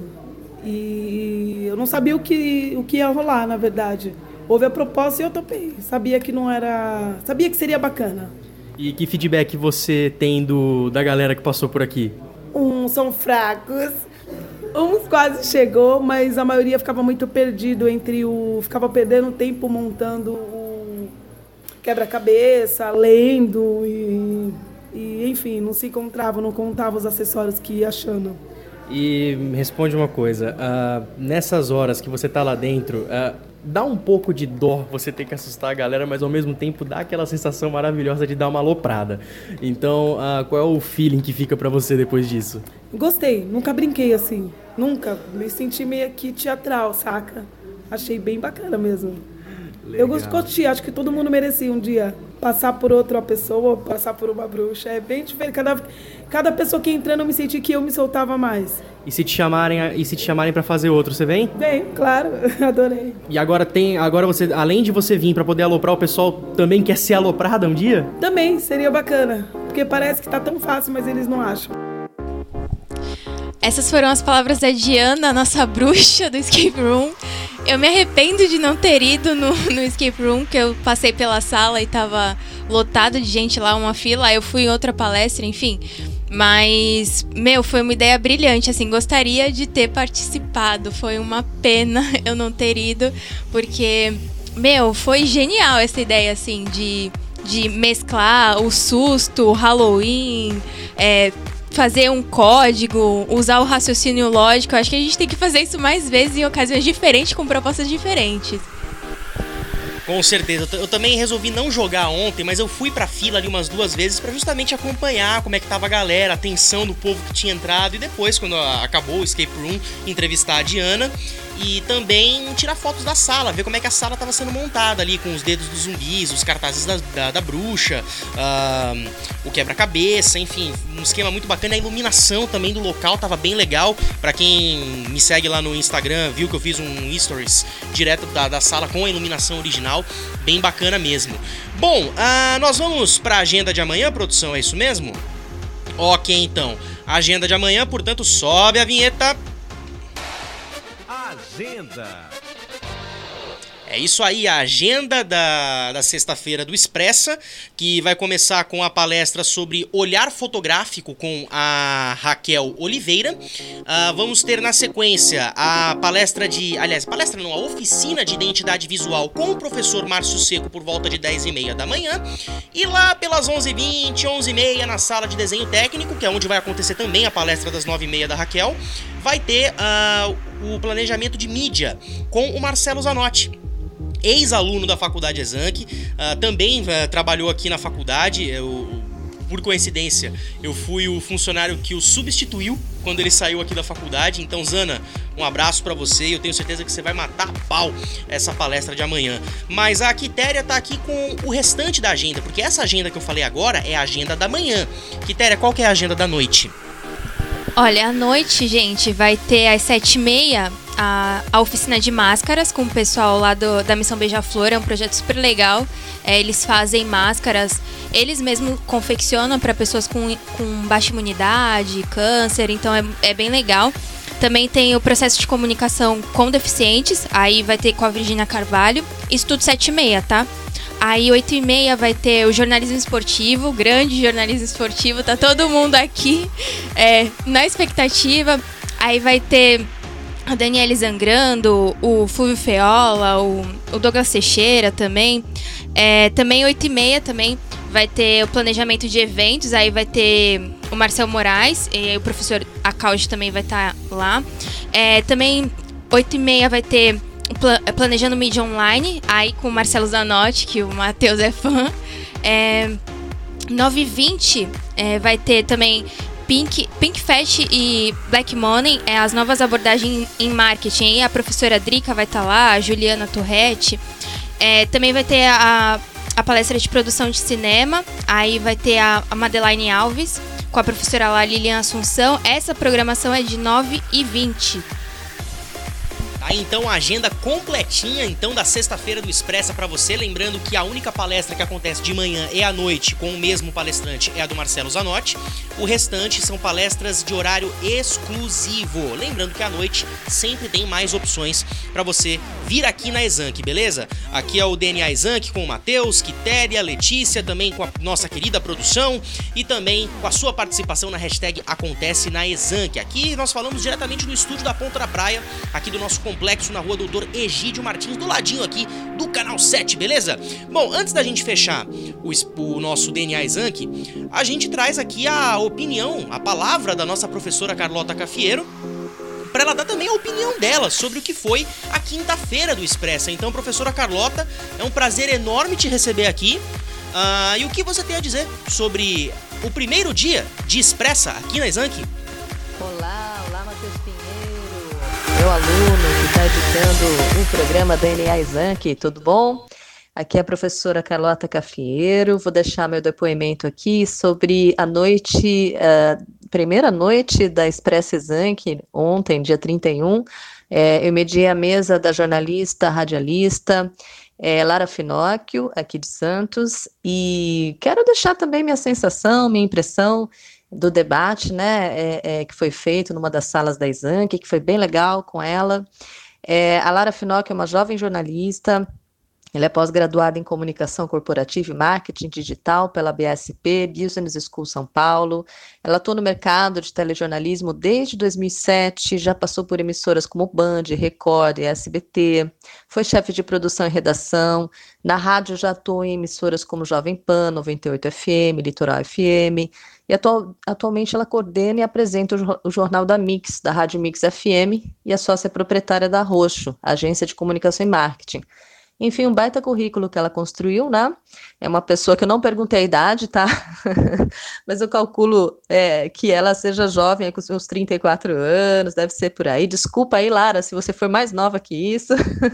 E eu não sabia o que ia rolar, na verdade. Houve a proposta e eu topei. Sabia que seria bacana. E que feedback você tem da galera que passou por aqui? Uns são fracos, uns quase chegou, mas a maioria ficava muito perdido ficava perdendo tempo montando o quebra-cabeça, lendo e enfim, não se encontrava, não contava os acessórios que ia achando. E me responde uma coisa, nessas horas que você tá lá dentro, dá um pouco de dó você ter que assustar a galera, mas ao mesmo tempo dá aquela sensação maravilhosa de dar uma aloprada. Então, qual é o feeling que fica pra você depois disso? Gostei, nunca brinquei assim, nunca. Me senti meio que teatral, saca? Achei bem bacana mesmo. Legal. Eu gostei, acho que todo mundo merecia um dia passar por outra pessoa, passar por uma bruxa. É bem diferente. Cada pessoa que entrando, eu me senti que eu me soltava mais. E se te chamarem pra fazer outro, você vem? Vem, claro. Adorei. E agora você, além de você vir pra poder aloprar, o pessoal também quer ser aloprada um dia? Também, seria bacana. Porque parece que tá tão fácil, mas eles não acham. Essas foram as palavras da Diana, nossa bruxa do Escape Room. Eu me arrependo de não ter ido no Escape Room, que eu passei pela sala e tava lotado de gente lá, uma fila. Aí eu fui em outra palestra, enfim. Mas, foi uma ideia brilhante, assim, gostaria de ter participado. Foi uma pena eu não ter ido, porque, foi genial essa ideia, assim, de mesclar o susto, o Halloween, fazer um código, usar o raciocínio lógico. Eu acho que a gente tem que fazer isso mais vezes em ocasiões diferentes, com propostas diferentes. Com certeza. Eu também resolvi não jogar ontem, mas eu fui pra fila ali umas 2 vezes pra justamente acompanhar como é que tava a galera, a atenção do povo que tinha entrado, e depois, quando acabou o Escape Room, entrevistar a Diana e também tirar fotos da sala, ver como é que a sala tava sendo montada ali, com os dedos dos zumbis, os cartazes da bruxa, o quebra-cabeça, enfim, um esquema muito bacana. A iluminação também do local tava bem legal. Pra quem me segue lá no Instagram, viu que eu fiz um stories direto da sala com a iluminação original, bem bacana mesmo. Bom, nós vamos pra agenda de amanhã, produção, é isso mesmo? Ok, então, a agenda de amanhã, portanto, sobe a vinheta. Agenda. É isso aí, a agenda da sexta-feira do Expressa, que vai começar com a palestra sobre olhar fotográfico com a Raquel Oliveira. Vamos ter na sequência a palestra a oficina de identidade visual com o professor Márcio Seco por volta de 10h30 da manhã. E lá pelas 11h20, 11h30 na sala de desenho técnico, que é onde vai acontecer também a palestra das 9h30 da Raquel, vai ter o planejamento de mídia com o Marcelo Zanotti, ex-aluno da faculdade Exanc, também trabalhou aqui na faculdade. Por coincidência, eu fui o funcionário que o substituiu quando ele saiu aqui da faculdade. Então, Zana, um abraço pra você e eu tenho certeza que você vai matar a pau essa palestra de amanhã. Mas a Quitéria tá aqui com o restante da agenda, porque essa agenda que eu falei agora é a agenda da manhã. Quitéria, qual que é a agenda da noite? Olha, à noite, gente, vai ter às 7h30 a oficina de máscaras com o pessoal lá da Missão Beija-Flor. É um projeto super legal. Eles fazem máscaras, eles mesmos confeccionam para pessoas com baixa imunidade, câncer, então é bem legal. Também tem o processo de comunicação com deficientes, aí vai ter com a Virgínia Carvalho. Isso tudo 7h30, tá? Aí 8h30 vai ter o jornalismo esportivo, grande jornalismo esportivo, tá todo mundo aqui na expectativa. Aí vai ter a Daniele Zangrando, o Fulvio Feola, o Douglas Teixeira também. Também 8h30 também vai ter o planejamento de eventos, aí vai ter o Marcel Moraes, e o professor Acauge também vai estar lá. Também 8h30 vai ter Planejando Mídia Online, aí com o Marcelo Zanotti, que o Matheus é fã. 9h20 vai ter também Pink Fat e Black Money, as novas abordagens em marketing. E a professora Drica vai estar lá, a Juliana Torretti. Também vai ter a a palestra de produção de cinema. Aí vai ter a Madeleine Alves com a professora lá Lilian Assunção. Essa programação é de 9h20. Tá, então a agenda completinha então da sexta-feira do Expressa pra você, lembrando que a única palestra que acontece de manhã e à noite com o mesmo palestrante é a do Marcelo Zanotti. O restante são palestras de horário exclusivo. Lembrando que à noite sempre tem mais opções pra você vir aqui na Exanc, beleza? Aqui é o DNA Exanc com o Matheus, Quitéria, Letícia, também com a nossa querida produção e também com a sua participação na hashtag Acontece na Exanc. Aqui nós falamos diretamente do estúdio da Ponta da Praia, aqui do nosso complexo na rua Doutor Egídio Martins, do ladinho aqui do Canal 7, beleza? Bom, antes da gente fechar o nosso DNA Exanc, a gente traz aqui a opinião, a palavra da nossa professora Carlota Cafiero, para ela dar também a opinião dela sobre o que foi a quinta-feira do Expressa. Então, professora Carlota, é um prazer enorme te receber aqui. E o que você tem a dizer sobre o primeiro dia de Expressa aqui na Exanc? Olá, Matheus Pinheiro, meu aluno que está editando o programa DNA Exanc, tudo bom? Aqui é a professora Carlota Cafiero. Vou deixar meu depoimento aqui sobre a noite, primeira noite da Expressa Exanc, ontem, dia 31. Eu mediei a mesa da jornalista, radialista, Lara Finóquio, aqui de Santos, e quero deixar também minha sensação, minha impressão do debate, né, que foi feito numa das salas da Exanc, que foi bem legal com ela. A Lara Finóquio é uma jovem jornalista. Ela é pós-graduada em Comunicação Corporativa e Marketing Digital pela BSP, Business School São Paulo. Ela atua no mercado de telejornalismo desde 2007, já passou por emissoras como Band, Record e SBT, foi chefe de produção e redação. Na rádio já atuou em emissoras como Jovem Pan, 98 FM, Litoral FM, e atualmente ela coordena e apresenta o Jornal da Mix, da Rádio Mix FM, e é sócia proprietária da Roxo, agência de comunicação e marketing. Enfim, um baita currículo que ela construiu, né? É uma pessoa que eu não perguntei a idade, tá? Mas eu calculo que ela seja jovem, com uns 34 anos, deve ser por aí. Desculpa aí, Lara, se você for mais nova que isso.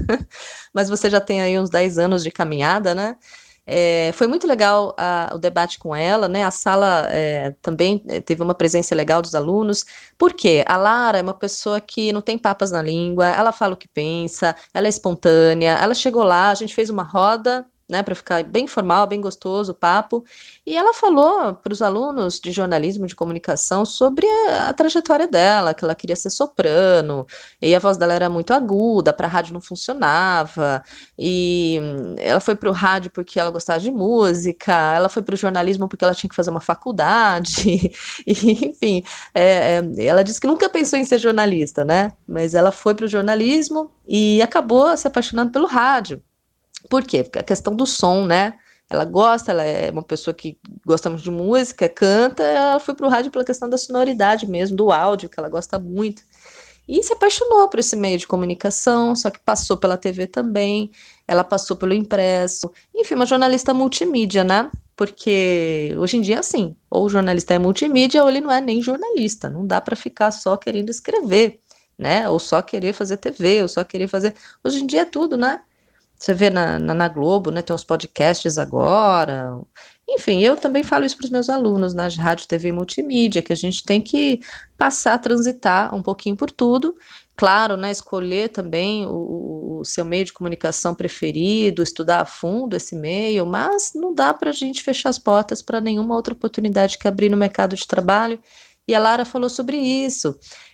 Mas você já tem aí uns 10 anos de caminhada, né? Foi muito legal o debate com ela, né? A sala também teve uma presença legal dos alunos. Por quê? A Lara é uma pessoa que não tem papas na língua, ela fala o que pensa, ela é espontânea, ela chegou lá, a gente fez uma roda, né, para ficar bem formal, bem gostoso o papo, e ela falou para os alunos de jornalismo, de comunicação, sobre a trajetória dela, que ela queria ser soprano, e a voz dela era muito aguda, para a rádio não funcionava, e ela foi para o rádio porque ela gostava de música, ela foi para o jornalismo porque ela tinha que fazer uma faculdade, e, enfim, ela disse que nunca pensou em ser jornalista, né, mas ela foi para o jornalismo e acabou se apaixonando pelo rádio. Por quê? Porque a questão do som, né? Ela gosta, ela é uma pessoa que gosta muito de música, canta, ela foi pro rádio pela questão da sonoridade mesmo, do áudio, que ela gosta muito. E se apaixonou por esse meio de comunicação, só que passou pela TV também, ela passou pelo impresso, enfim, uma jornalista multimídia, né? Porque hoje em dia, assim, ou o jornalista é multimídia ou ele não é nem jornalista, não dá para ficar só querendo escrever, né? Ou só querer fazer TV, ou só querer fazer... Hoje em dia é tudo, né? Você vê na Globo, né, tem uns podcasts agora, enfim, eu também falo isso para os meus alunos, na rádio, TV e multimídia, que a gente tem que passar a transitar um pouquinho por tudo, claro, né, escolher também o seu meio de comunicação preferido, estudar a fundo esse meio, mas não dá para a gente fechar as portas para nenhuma outra oportunidade que abrir no mercado de trabalho, e a Lara falou sobre isso.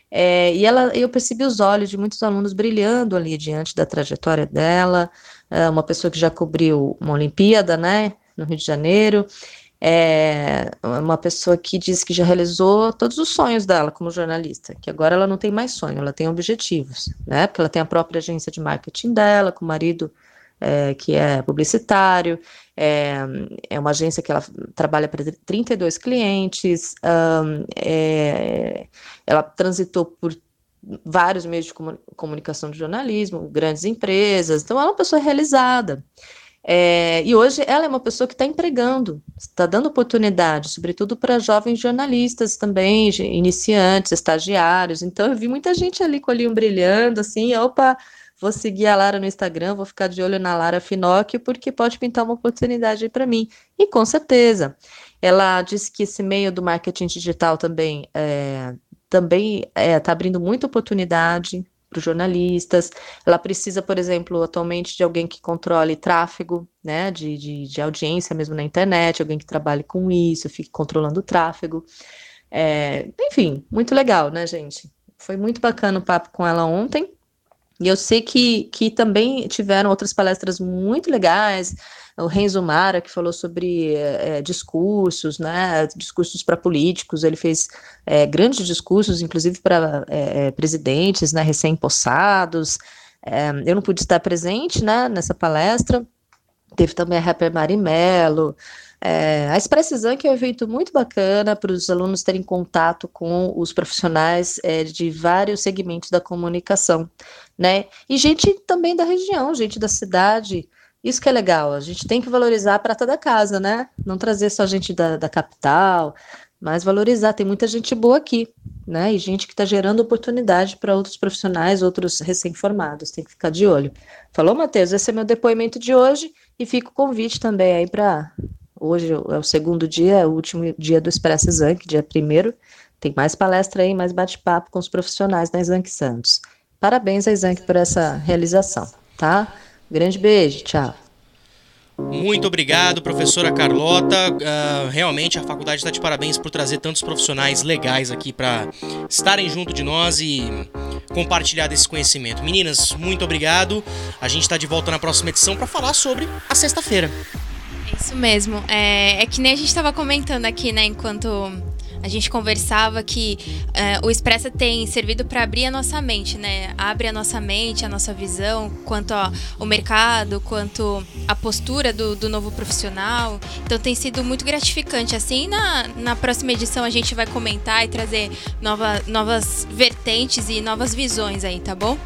Eu percebi os olhos de muitos alunos brilhando ali diante da trajetória dela, uma pessoa que já cobriu uma Olimpíada, né, no Rio de Janeiro, uma pessoa que diz que já realizou todos os sonhos dela como jornalista, que agora ela não tem mais sonho, ela tem objetivos, né, porque ela tem a própria agência de marketing dela, com o marido que é publicitário, é uma agência que ela trabalha para 32 clientes, ela transitou por vários meios de comunicação de jornalismo, grandes empresas, então ela é uma pessoa realizada. E hoje ela é uma pessoa que está empregando, está dando oportunidade, sobretudo para jovens jornalistas também, iniciantes, estagiários, então eu vi muita gente ali com o olhinho brilhando, assim, opa, vou seguir a Lara no Instagram, vou ficar de olho na Lara Finocchio, porque pode pintar uma oportunidade aí para mim. E com certeza, ela disse que esse meio do marketing digital também está abrindo muita oportunidade para os jornalistas. Ela precisa, por exemplo, atualmente de alguém que controle tráfego, né, de audiência mesmo na internet, alguém que trabalhe com isso, fique controlando o tráfego. Enfim, muito legal, né, gente? Foi muito bacana o papo com ela ontem. E eu sei que também tiveram outras palestras muito legais. O Renzo Mara, que falou sobre discursos, né, discursos para políticos. Ele fez grandes discursos, inclusive para presidentes, né, recém-possados. Eu não pude estar presente, né, nessa palestra. Teve também a rapper Mari Mello. A Express Zanck é um evento muito bacana para os alunos terem contato com os profissionais de vários segmentos da comunicação, né? E gente também da região, gente da cidade. Isso que é legal, a gente tem que valorizar a prata da casa, né? Não trazer só gente da capital, mas valorizar. Tem muita gente boa aqui, né? E gente que está gerando oportunidade para outros profissionais, outros recém-formados. Tem que ficar de olho. Falou, Matheus? Esse é meu depoimento de hoje e fica o convite também aí para... Hoje é o segundo dia, é o último dia do Express Zanck, dia 1º. Tem mais palestra aí, mais bate-papo com os profissionais da Zanck Santos. Parabéns a Zanck por essa realização, tá? Grande beijo, tchau. Muito obrigado, professora Carlota. Realmente a faculdade está de parabéns por trazer tantos profissionais legais aqui para estarem junto de nós e compartilhar desse conhecimento. Meninas, muito obrigado. A gente está de volta na próxima edição para falar sobre a sexta-feira. Isso mesmo. É que nem a gente estava comentando aqui, né, enquanto a gente conversava, que o Expressa tem servido para abrir a nossa mente, né? Abre a nossa mente, a nossa visão, quanto ao mercado, quanto a postura do novo profissional. Então tem sido muito gratificante. Assim, na próxima edição a gente vai comentar e trazer novas vertentes e novas visões aí, tá bom?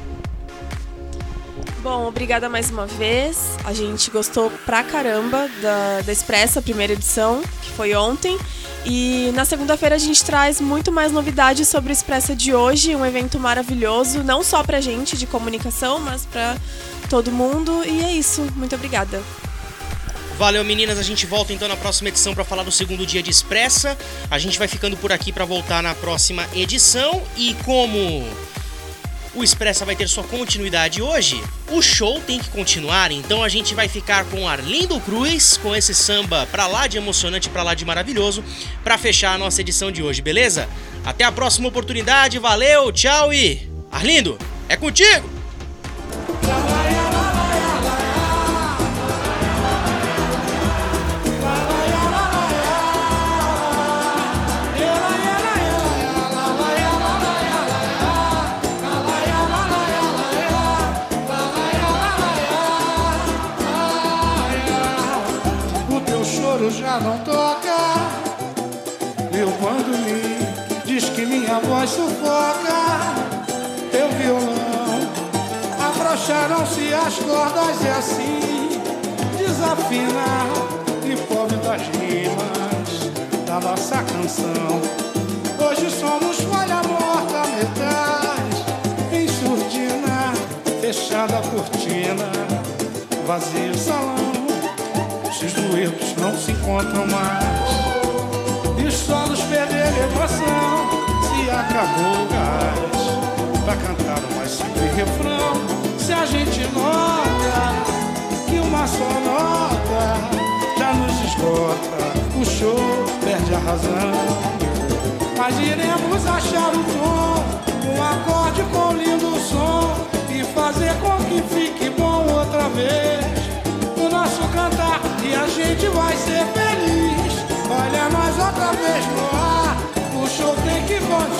Bom, obrigada mais uma vez. A gente gostou pra caramba da Expressa, primeira edição, que foi ontem. E na segunda-feira a gente traz muito mais novidades sobre o Expressa de hoje, um evento maravilhoso, não só pra gente de comunicação, mas pra todo mundo. E é isso, muito obrigada. Valeu, meninas, a gente volta então na próxima edição para falar do segundo dia de Expressa. A gente vai ficando por aqui para voltar na próxima edição. E como o Expressa vai ter sua continuidade hoje, o show tem que continuar, então a gente vai ficar com Arlindo Cruz, com esse samba pra lá de emocionante, pra lá de maravilhoso, pra fechar a nossa edição de hoje, beleza? Até a próxima oportunidade, valeu, tchau e... Arlindo, é contigo! Já não toca. Meu bandolim diz que minha voz sufoca. Teu violão afrouxaram-se as cordas e assim desafina e pobre das rimas da nossa canção. Hoje somos falha morta, metais em surdina, fechada a cortina, vazio o salão. Os duetos não se encontram mais e os solos perderam emoção. Se acabou o gás pra cantar o mais simples refrão. Se a gente nota que uma só nota já nos esgota, o show perde a razão. Mas iremos achar o tom, um acorde com lindo som e fazer com que fique bom outra vez o nosso cantar, e a gente vai ser feliz. Olha nós outra vez no ar, o show tem que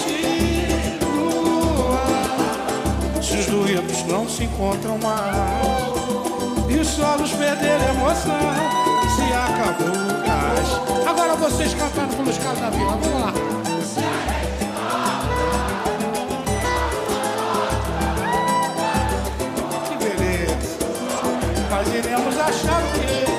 continuar. Se os duetos não se encontram mais e os solos perderam emoção, se acabou o gás. Agora vocês cantando pelos caras da vila, vamos lá. Que beleza. Nós iremos achar o quê?